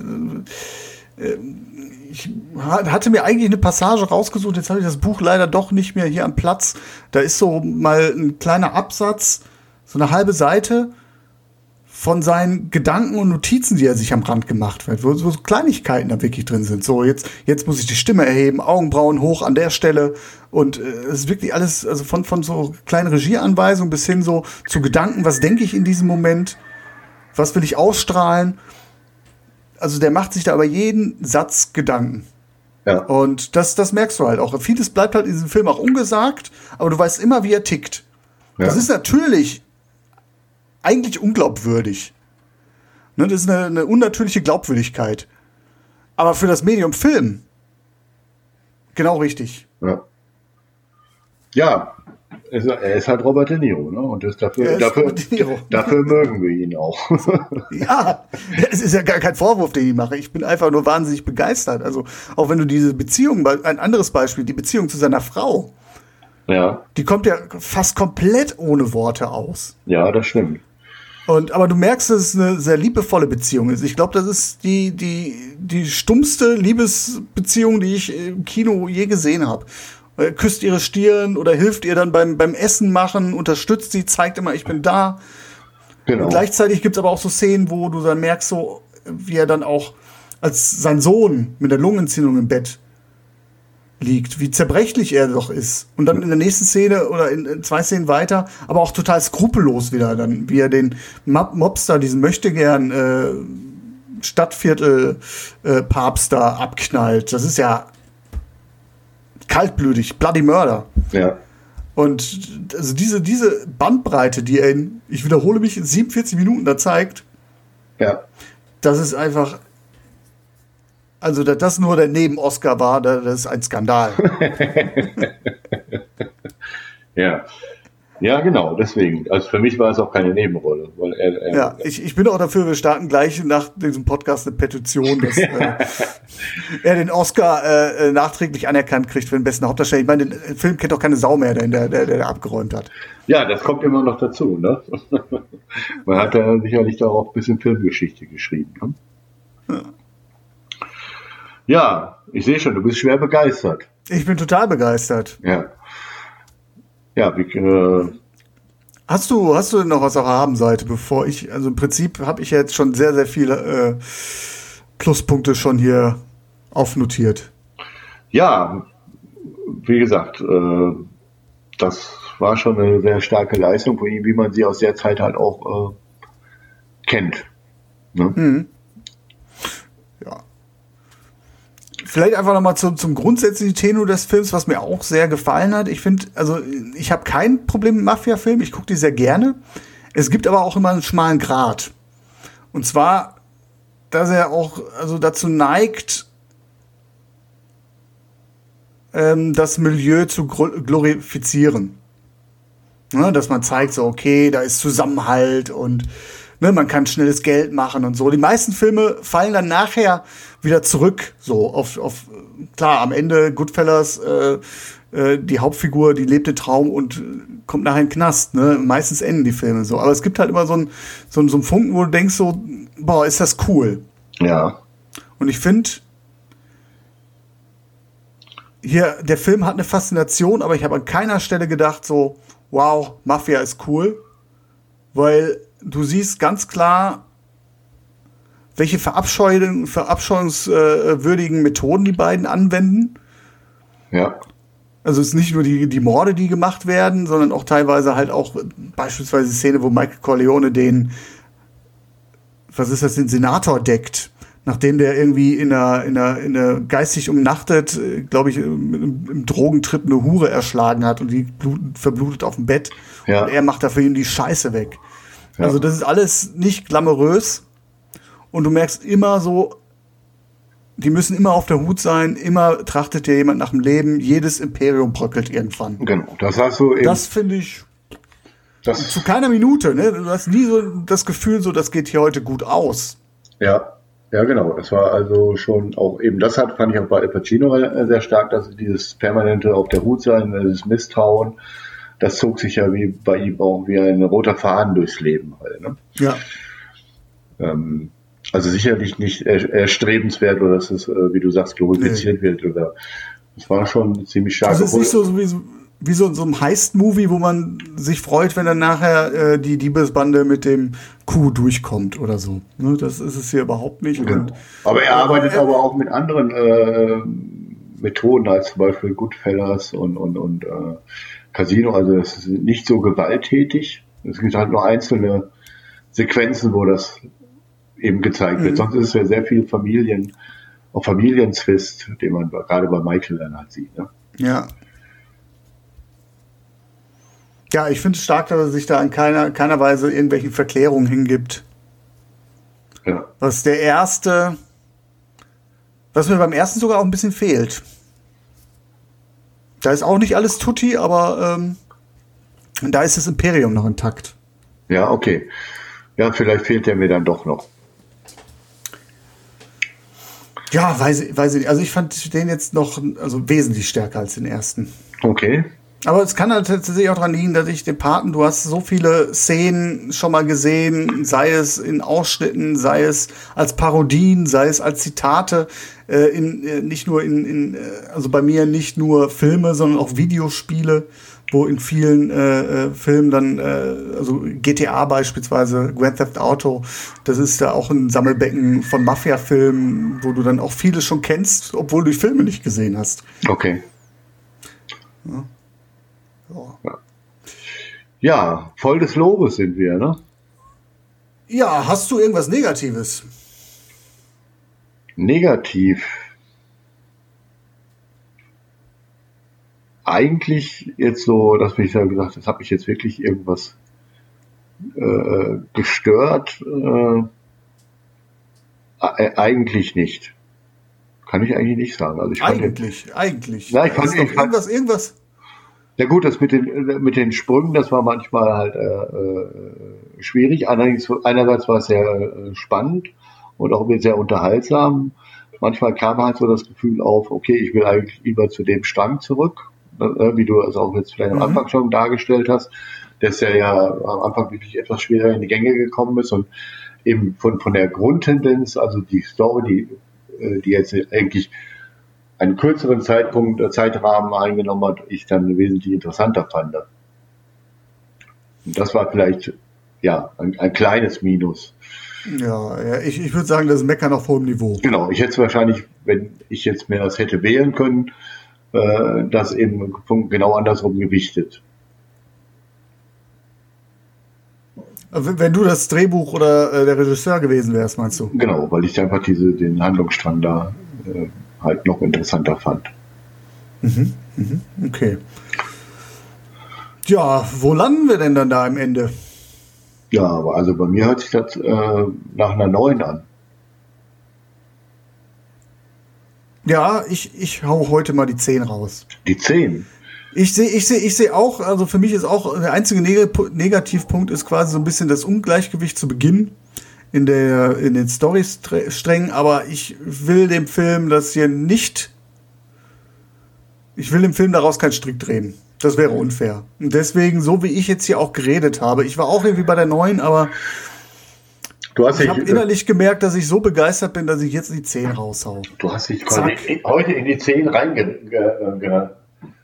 ich hatte mir eigentlich eine Passage rausgesucht, jetzt habe ich das Buch leider doch nicht mehr hier am Platz. Da ist so mal ein kleiner Absatz, so eine halbe Seite von seinen Gedanken und Notizen, die er sich am Rand gemacht hat, wo so Kleinigkeiten da wirklich drin sind. So, jetzt muss ich die Stimme erheben, Augenbrauen hoch an der Stelle. Und es ist wirklich alles, also von so kleinen Regieanweisungen bis hin so zu Gedanken, was denke ich in diesem Moment, was will ich ausstrahlen. Also der macht sich da über jeden Satz Gedanken. Ja. Und das merkst du halt auch. Vieles bleibt halt in diesem Film auch ungesagt, aber du weißt immer, wie er tickt. Ja. Das ist natürlich eigentlich unglaubwürdig. Ne, das ist eine unnatürliche Glaubwürdigkeit. Aber für das Medium Film genau richtig. Ja, er ist halt Robert De Niro, ne? Und dafür mögen wir ihn auch. Ja, es ist ja gar kein Vorwurf, den ich mache. Ich bin einfach nur wahnsinnig begeistert. Also auch wenn du diese Beziehung, ein anderes Beispiel, die Beziehung zu seiner Frau, die kommt ja fast komplett ohne Worte aus. Ja, das stimmt. Aber du merkst, dass es eine sehr liebevolle Beziehung ist. Ich glaube, das ist die stummste Liebesbeziehung, die ich im Kino je gesehen habe. Küsst ihre Stirn oder hilft ihr dann beim Essen machen, unterstützt sie, zeigt immer, ich bin da. Genau. Und gleichzeitig gibt's aber auch so Szenen, wo du dann merkst, so wie er dann auch als sein Sohn mit der Lungenentzündung im Bett liegt, wie zerbrechlich er doch ist. Und dann in der nächsten Szene oder in 2 Szenen weiter, aber auch total skrupellos wieder, dann wie er den Mobster, diesen möchtegern Stadtviertel-Papst da abknallt. Das ist ja kaltblütig, Bloody Murder. Ja. Und also diese Bandbreite, die er ich wiederhole mich, in 47 Minuten da zeigt, das ist einfach, also dass das nur der Neben-Oscar war, das ist ein Skandal. Ja. Ja, genau, deswegen. Also für mich war es auch keine Nebenrolle. Weil ja, ich bin auch dafür, wir starten gleich nach diesem Podcast eine Petition, dass er den Oscar nachträglich anerkannt kriegt für den besten Hauptdarsteller. Ich meine, den Film kennt doch keine Sau mehr, der abgeräumt hat. Ja, das kommt immer noch dazu, ne? Man hat ja sicherlich da auch ein bisschen Filmgeschichte geschrieben. Ne? Ja, ich sehe schon, du bist schwer begeistert. Ich bin total begeistert. Ja. Ja, Hast du denn noch was auf der Habenseite, bevor also im Prinzip habe ich jetzt schon sehr, sehr viele Pluspunkte schon hier aufnotiert. Ja, wie gesagt, das war schon eine sehr starke Leistung von ihm, wie man sie aus der Zeit halt auch kennt. Ne? Mhm. Ja. Vielleicht einfach nochmal zum grundsätzlichen Tenor des Films, was mir auch sehr gefallen hat. Ich finde, also ich habe kein Problem mit Mafia-Filmen, ich gucke die sehr gerne. Es gibt aber auch immer einen schmalen Grat. Und zwar, dass er auch also dazu neigt, das Milieu zu glorifizieren. Ne, dass man zeigt, so okay, da ist Zusammenhalt und man kann schnelles Geld machen und so. Die meisten Filme fallen dann nachher wieder zurück, so auf klar, am Ende Goodfellas, die Hauptfigur, die lebt den Traum und kommt nachher in den Knast, ne? Meistens enden die Filme so. Aber es gibt halt immer so einen Funken, wo du denkst so, boah, ist das cool. Ja. Und ich finde, hier, der Film hat eine Faszination, aber ich habe an keiner Stelle gedacht so, wow, Mafia ist cool, weil du siehst ganz klar, welche verabscheuungswürdigen Methoden die beiden anwenden. Ja. Also es ist nicht nur die Morde, die gemacht werden, sondern auch teilweise halt auch beispielsweise die Szene, wo Michael Corleone den Senator deckt, nachdem der irgendwie in einer geistig umnachtet, glaube ich, im Drogentrip eine Hure erschlagen hat und die verblutet auf dem Bett. Ja. Und er macht dafür ihm die Scheiße weg. Ja. Also das ist alles nicht glamourös und du merkst immer so, die müssen immer auf der Hut sein, immer trachtet dir jemand nach dem Leben, jedes Imperium bröckelt irgendwann. Genau, das hast du eben. Das finde ich zu keiner Minute, ne? Du hast nie so das Gefühl, so das geht hier heute gut aus. Ja, genau. Das war also schon auch eben, fand ich auch bei Al Pacino sehr stark, dass dieses permanente auf der Hut sein, dieses Misstrauen, das zog sich ja wie bei ihm auch wie ein roter Faden durchs Leben halt, ne? Ja. Also sicherlich nicht erstrebenswert oder dass es, wie du sagst, glorifiziert wird oder das war schon ziemlich stark. Also es ist nicht so wie so in so einem Heist-Movie, wo man sich freut, wenn dann nachher die Diebesbande mit dem Coup durchkommt oder so. Ne, das ist es hier überhaupt nicht. Genau. Und, aber er arbeitet aber auch mit anderen Methoden als zum Beispiel Goodfellas und Casino. Also es ist nicht so gewalttätig. Es gibt halt nur einzelne Sequenzen, wo das eben gezeigt wird. Sonst ist es ja sehr viel Familienzwist, den man gerade bei Michael dann halt sieht. Ne? Ja. Ja, ich finde es stark, dass er sich da in keiner Weise irgendwelchen Verklärungen hingibt. Ja. Was mir beim ersten sogar auch ein bisschen fehlt. Da ist auch nicht alles tutti, aber da ist das Imperium noch intakt. Ja, okay. Ja, vielleicht fehlt der mir dann doch noch. Ja, weiß ich nicht. Also ich fand den jetzt noch wesentlich stärker als den ersten. Okay. Aber es kann halt tatsächlich auch daran liegen, dass ich den Paten, du hast so viele Szenen schon mal gesehen, sei es in Ausschnitten, sei es als Parodien, sei es als Zitate, also bei mir nicht nur Filme, sondern auch Videospiele, wo in vielen Filmen dann, also GTA beispielsweise, Grand Theft Auto, das ist da auch ein Sammelbecken von Mafia-Filmen, wo du dann auch vieles schon kennst, obwohl du die Filme nicht gesehen hast. Okay. Ja. Ja, voll des Lobes sind wir, ne? Ja, hast du irgendwas Negatives? Negativ. Eigentlich jetzt so, dass mich da gesagt, das hat mich jetzt wirklich irgendwas gestört. Eigentlich nicht. Kann ich eigentlich nicht sagen. Also ich fand eigentlich. Ja, ich fand irgendwas. Ja gut, das mit den Sprüngen, das war manchmal halt schwierig. Einerseits war es sehr spannend und auch sehr unterhaltsam. Manchmal kam halt so das Gefühl auf, okay, ich will eigentlich lieber zu dem Strang zurück, wie du es auch jetzt vielleicht am Anfang schon dargestellt hast, dass der ja am Anfang wirklich etwas schwerer in die Gänge gekommen ist und eben von der Grundtendenz, also die Story, die jetzt eigentlich einen kürzeren Zeitrahmen eingenommen hat, ich dann wesentlich interessanter fand. Und das war vielleicht, ja, ein kleines Minus. Ja, ich würde sagen, das ist Meckern auf hohem Niveau. Genau, ich hätte es wahrscheinlich, wenn ich jetzt mir das hätte wählen können, das eben genau andersrum gewichtet. Wenn du das Drehbuch oder der Regisseur gewesen wärst, meinst du? Genau, weil ich einfach den Handlungsstrang da halt noch interessanter fand. Okay. Ja, wo landen wir denn dann da am Ende? Ja, aber also bei mir hört sich das nach einer 9 an. Ja, ich hau heute mal die 10 raus. Die 10? Ich sehe auch, also für mich ist auch der einzige Negativpunkt ist quasi so ein bisschen das Ungleichgewicht zu Beginn in den Storysträngen, aber ich will dem Film daraus keinen Strick drehen. Das wäre unfair. Und deswegen, so wie ich jetzt hier auch geredet habe, ich war auch irgendwie bei der 9, aber ich habe innerlich gemerkt, dass ich so begeistert bin, dass ich jetzt die 10 raushau. Du hast dich heute in die 10 reingeredet.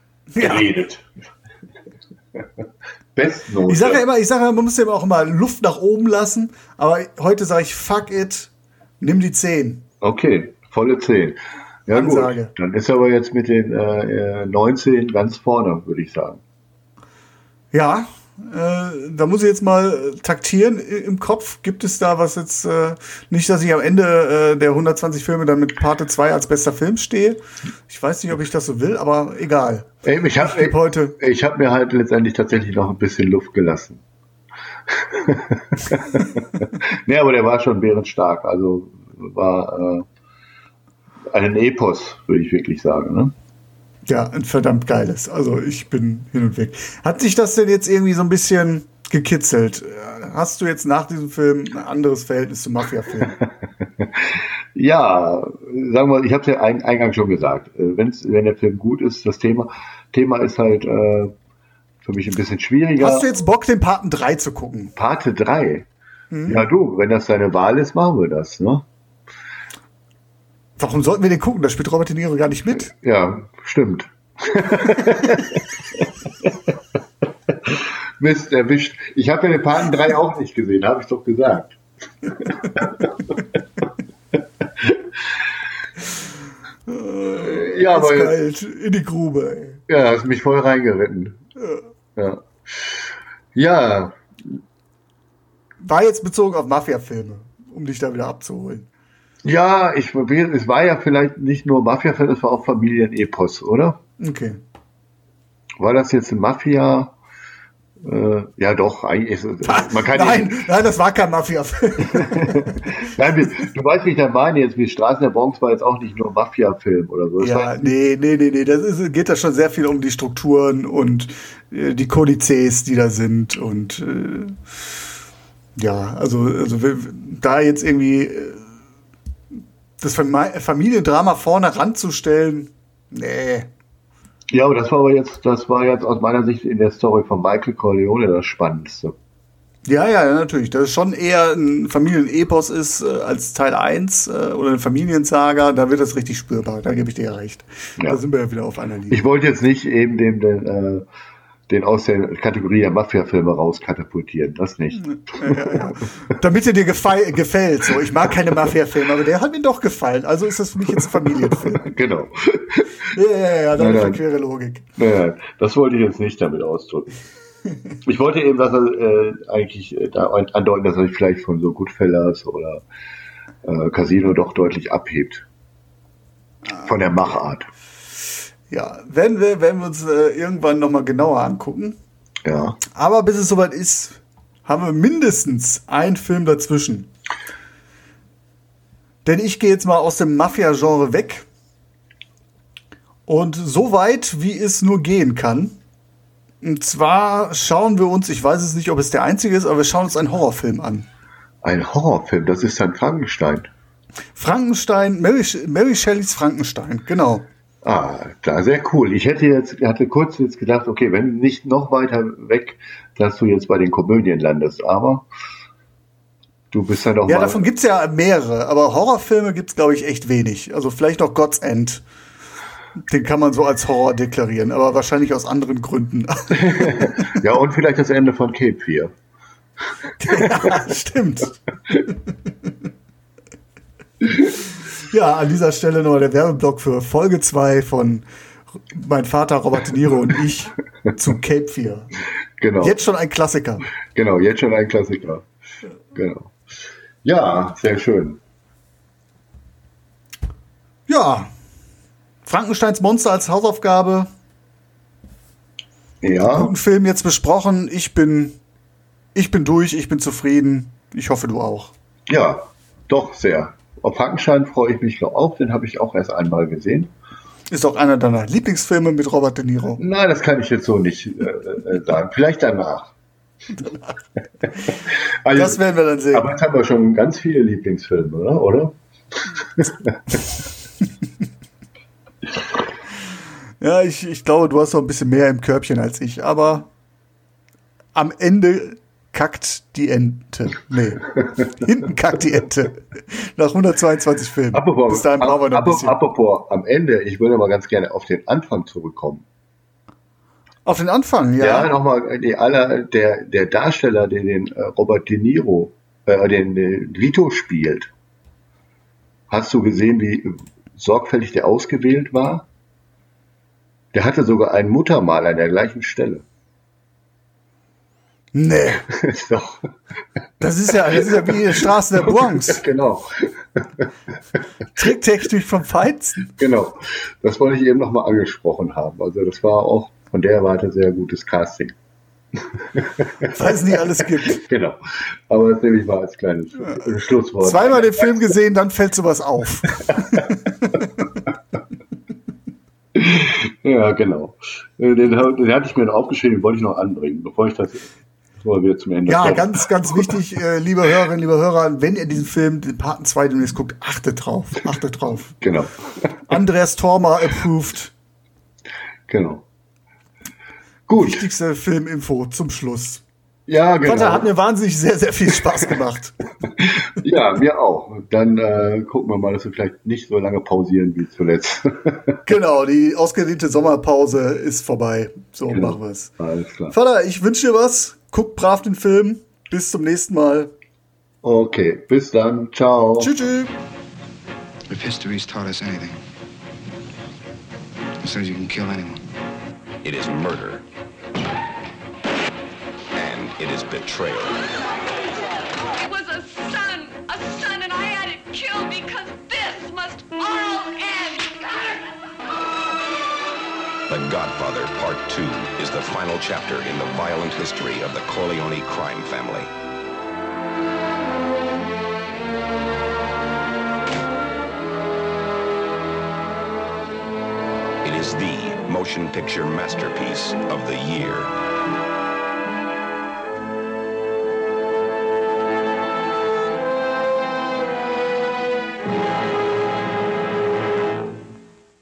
Bestnote. Ich sage ja immer, man muss ja auch immer Luft nach oben lassen, aber heute sage ich, fuck it, nimm die 10. Okay, volle 10. Ja Ansage. Gut, dann ist er aber jetzt mit den 19 ganz vorne, würde ich sagen. Ja, da muss ich jetzt mal taktieren im Kopf. Gibt es da was jetzt, nicht, dass ich am Ende der 120 Filme dann mit Pate 2 als bester Film stehe. Ich weiß nicht, ob ich das so will, aber egal. Ich hab mir halt letztendlich tatsächlich noch ein bisschen Luft gelassen. Nee, aber der war schon bärenstark. Also war ein Epos, würde ich wirklich sagen, ne? Ja, ein verdammt geiles. Also ich bin hin und weg. Hat sich das denn jetzt irgendwie so ein bisschen gekitzelt? Hast du jetzt nach diesem Film ein anderes Verhältnis zu Mafia-Filmen? Ja, sagen wir, ich habe es ja eingangs schon gesagt. Wenn der Film gut ist, das Thema ist halt für mich ein bisschen schwieriger. Hast du jetzt Bock, den Paten 3 zu gucken? Pate 3? Ja du, wenn das deine Wahl ist, machen wir das, ne? Warum sollten wir den gucken? Da spielt Robert De Niro gar nicht mit. Ja, stimmt. Mist, erwischt. Ich habe ja den Paten 3 auch nicht gesehen, habe ich doch gesagt. Ja, aber kalt in die Grube, ey. Ja, hast mich voll reingeritten. Ja. War jetzt bezogen auf Mafia-Filme, um dich da wieder abzuholen. Ja, es war ja vielleicht nicht nur Mafia-Film, es war auch Familienepos, oder? Okay. War das jetzt ein Mafia? Ja, doch, eigentlich man kann nein, das war kein Mafia-Film. Nein, du weißt, wie ich da meine jetzt, wie Straßen der Bronx war jetzt auch nicht nur Mafia-Film oder so. Ja, nee, geht da schon sehr viel um die Strukturen und die Kodizes, die da sind und ja, also da jetzt irgendwie das Familiendrama vorne ranzustellen, nee. Ja, aber das war jetzt aus meiner Sicht in der Story von Michael Corleone das Spannendste. Ja, natürlich. Das ist schon eher ein Familienepos ist als Teil 1 oder eine Familiensaga, da wird das richtig spürbar, da gebe ich dir ja recht. Ja. Da sind wir ja wieder auf einer Linie. Ich wollte jetzt nicht eben den aus der Kategorie der Mafia-Filme rauskatapultieren, das nicht. Ja. Damit er dir gefällt. So, ich mag keine Mafia-Filme, aber der hat mir doch gefallen. Also ist das für mich jetzt ein Familienfilm. Genau. Ja, das ist eine quere Logik. Nein, das wollte ich jetzt nicht damit ausdrücken. Ich wollte eben, dass er eigentlich da andeuten, dass er sich vielleicht von so Goodfellas oder Casino doch deutlich abhebt. Von der Machart. Ja, werden wir uns irgendwann nochmal genauer angucken. Ja. Aber bis es soweit ist, haben wir mindestens einen Film dazwischen. Denn ich gehe jetzt mal aus dem Mafia-Genre weg. Und so weit, wie es nur gehen kann, Und zwar schauen wir uns, ich weiß es nicht, ob es der einzige ist, aber wir schauen uns einen Horrorfilm an. Ein Horrorfilm, das ist dann Frankenstein. Frankenstein, Mary Shelleys Frankenstein, genau. Ah, klar, sehr cool. Ich hatte kurz jetzt gedacht, okay, wenn nicht noch weiter weg, dass du jetzt bei den Komödien landest, aber du bist ja doch Ja, mal... davon gibt's ja mehrere, aber Horrorfilme gibt's, glaube ich, echt wenig. Also vielleicht noch God's End. Den kann man so als Horror deklarieren, aber wahrscheinlich aus anderen Gründen. Ja, und vielleicht das Ende von Cape Fear. Ja, stimmt. Ja, an dieser Stelle noch der Werbeblock für Folge 2 von Mein Vater Robert De Niro und ich zu Cape Fear. Genau. Jetzt schon ein Klassiker. Genau, jetzt schon ein Klassiker. Genau. Ja, sehr schön. Ja, Frankensteins Monster als Hausaufgabe. Ja. Guten Film jetzt besprochen. Ich bin durch, ich bin zufrieden. Ich hoffe, du auch. Ja, doch, sehr. Auf Frankenstein freue ich mich auch. Den habe ich auch erst einmal gesehen. Ist auch einer deiner Lieblingsfilme mit Robert De Niro. Nein, das kann ich jetzt so nicht sagen. Vielleicht danach. Also, Das werden wir dann sehen. Aber jetzt haben wir schon ganz viele Lieblingsfilme, oder? Ja, ich glaube, du hast noch ein bisschen mehr im Körbchen als ich, aber am Ende kackt die Ente. Nee, hinten kackt die Ente. Nach 122 Filmen. Bis dahin brauchen wir noch ein bisschen. Apropos, am Ende, ich würde mal ganz gerne auf den Anfang zurückkommen. Auf den Anfang, ja. Ja, nochmal, der Darsteller, der den Robert De Niro, den Vito spielt. Hast du gesehen, wie sorgfältig der ausgewählt war? Der hatte sogar ein Muttermal an der gleichen Stelle. Nee. Doch. Das ist ja wie die Straße der Bronx. Genau. Tricktechnisch vom Feinsten. Genau. Das wollte ich eben nochmal angesprochen haben. Also das war auch von der Warte sehr gutes Casting. Weil es nicht alles gibt. Genau. Aber das nehme ich mal als kleines Schlusswort. Zweimal den Film gesehen, dann fällt sowas auf. Ja, genau. Den hatte ich mir noch aufgeschrieben, den wollte ich noch anbringen, bevor ich das wieder zum Ende Ja, komme. ganz, ganz wichtig, liebe Hörerinnen, liebe Hörer, wenn ihr diesen Film, den Paten 2 demnächst guckt, achtet drauf. Genau. Andreas Tormer approved. Genau. Gut. Wichtigste Filminfo zum Schluss. Ja, genau. Vater, hat mir wahnsinnig sehr, sehr viel Spaß gemacht. Ja, mir auch. Dann gucken wir mal, dass wir vielleicht nicht so lange pausieren wie zuletzt. Genau, die ausgedehnte Sommerpause ist vorbei. So Genau. machen wir es. Alles klar. Vater, ich wünsche dir was. Guck brav den Film. Bis zum nächsten Mal. Okay, bis dann. Ciao. Tschüss. If history's taught us anything, it says you can kill anyone. It is murder. And it is betrayal. It was a son, and I had it killed because this must all end. The Godfather Part 2 is the final chapter in the violent history of the Corleone crime family. It is the motion picture masterpiece of the year.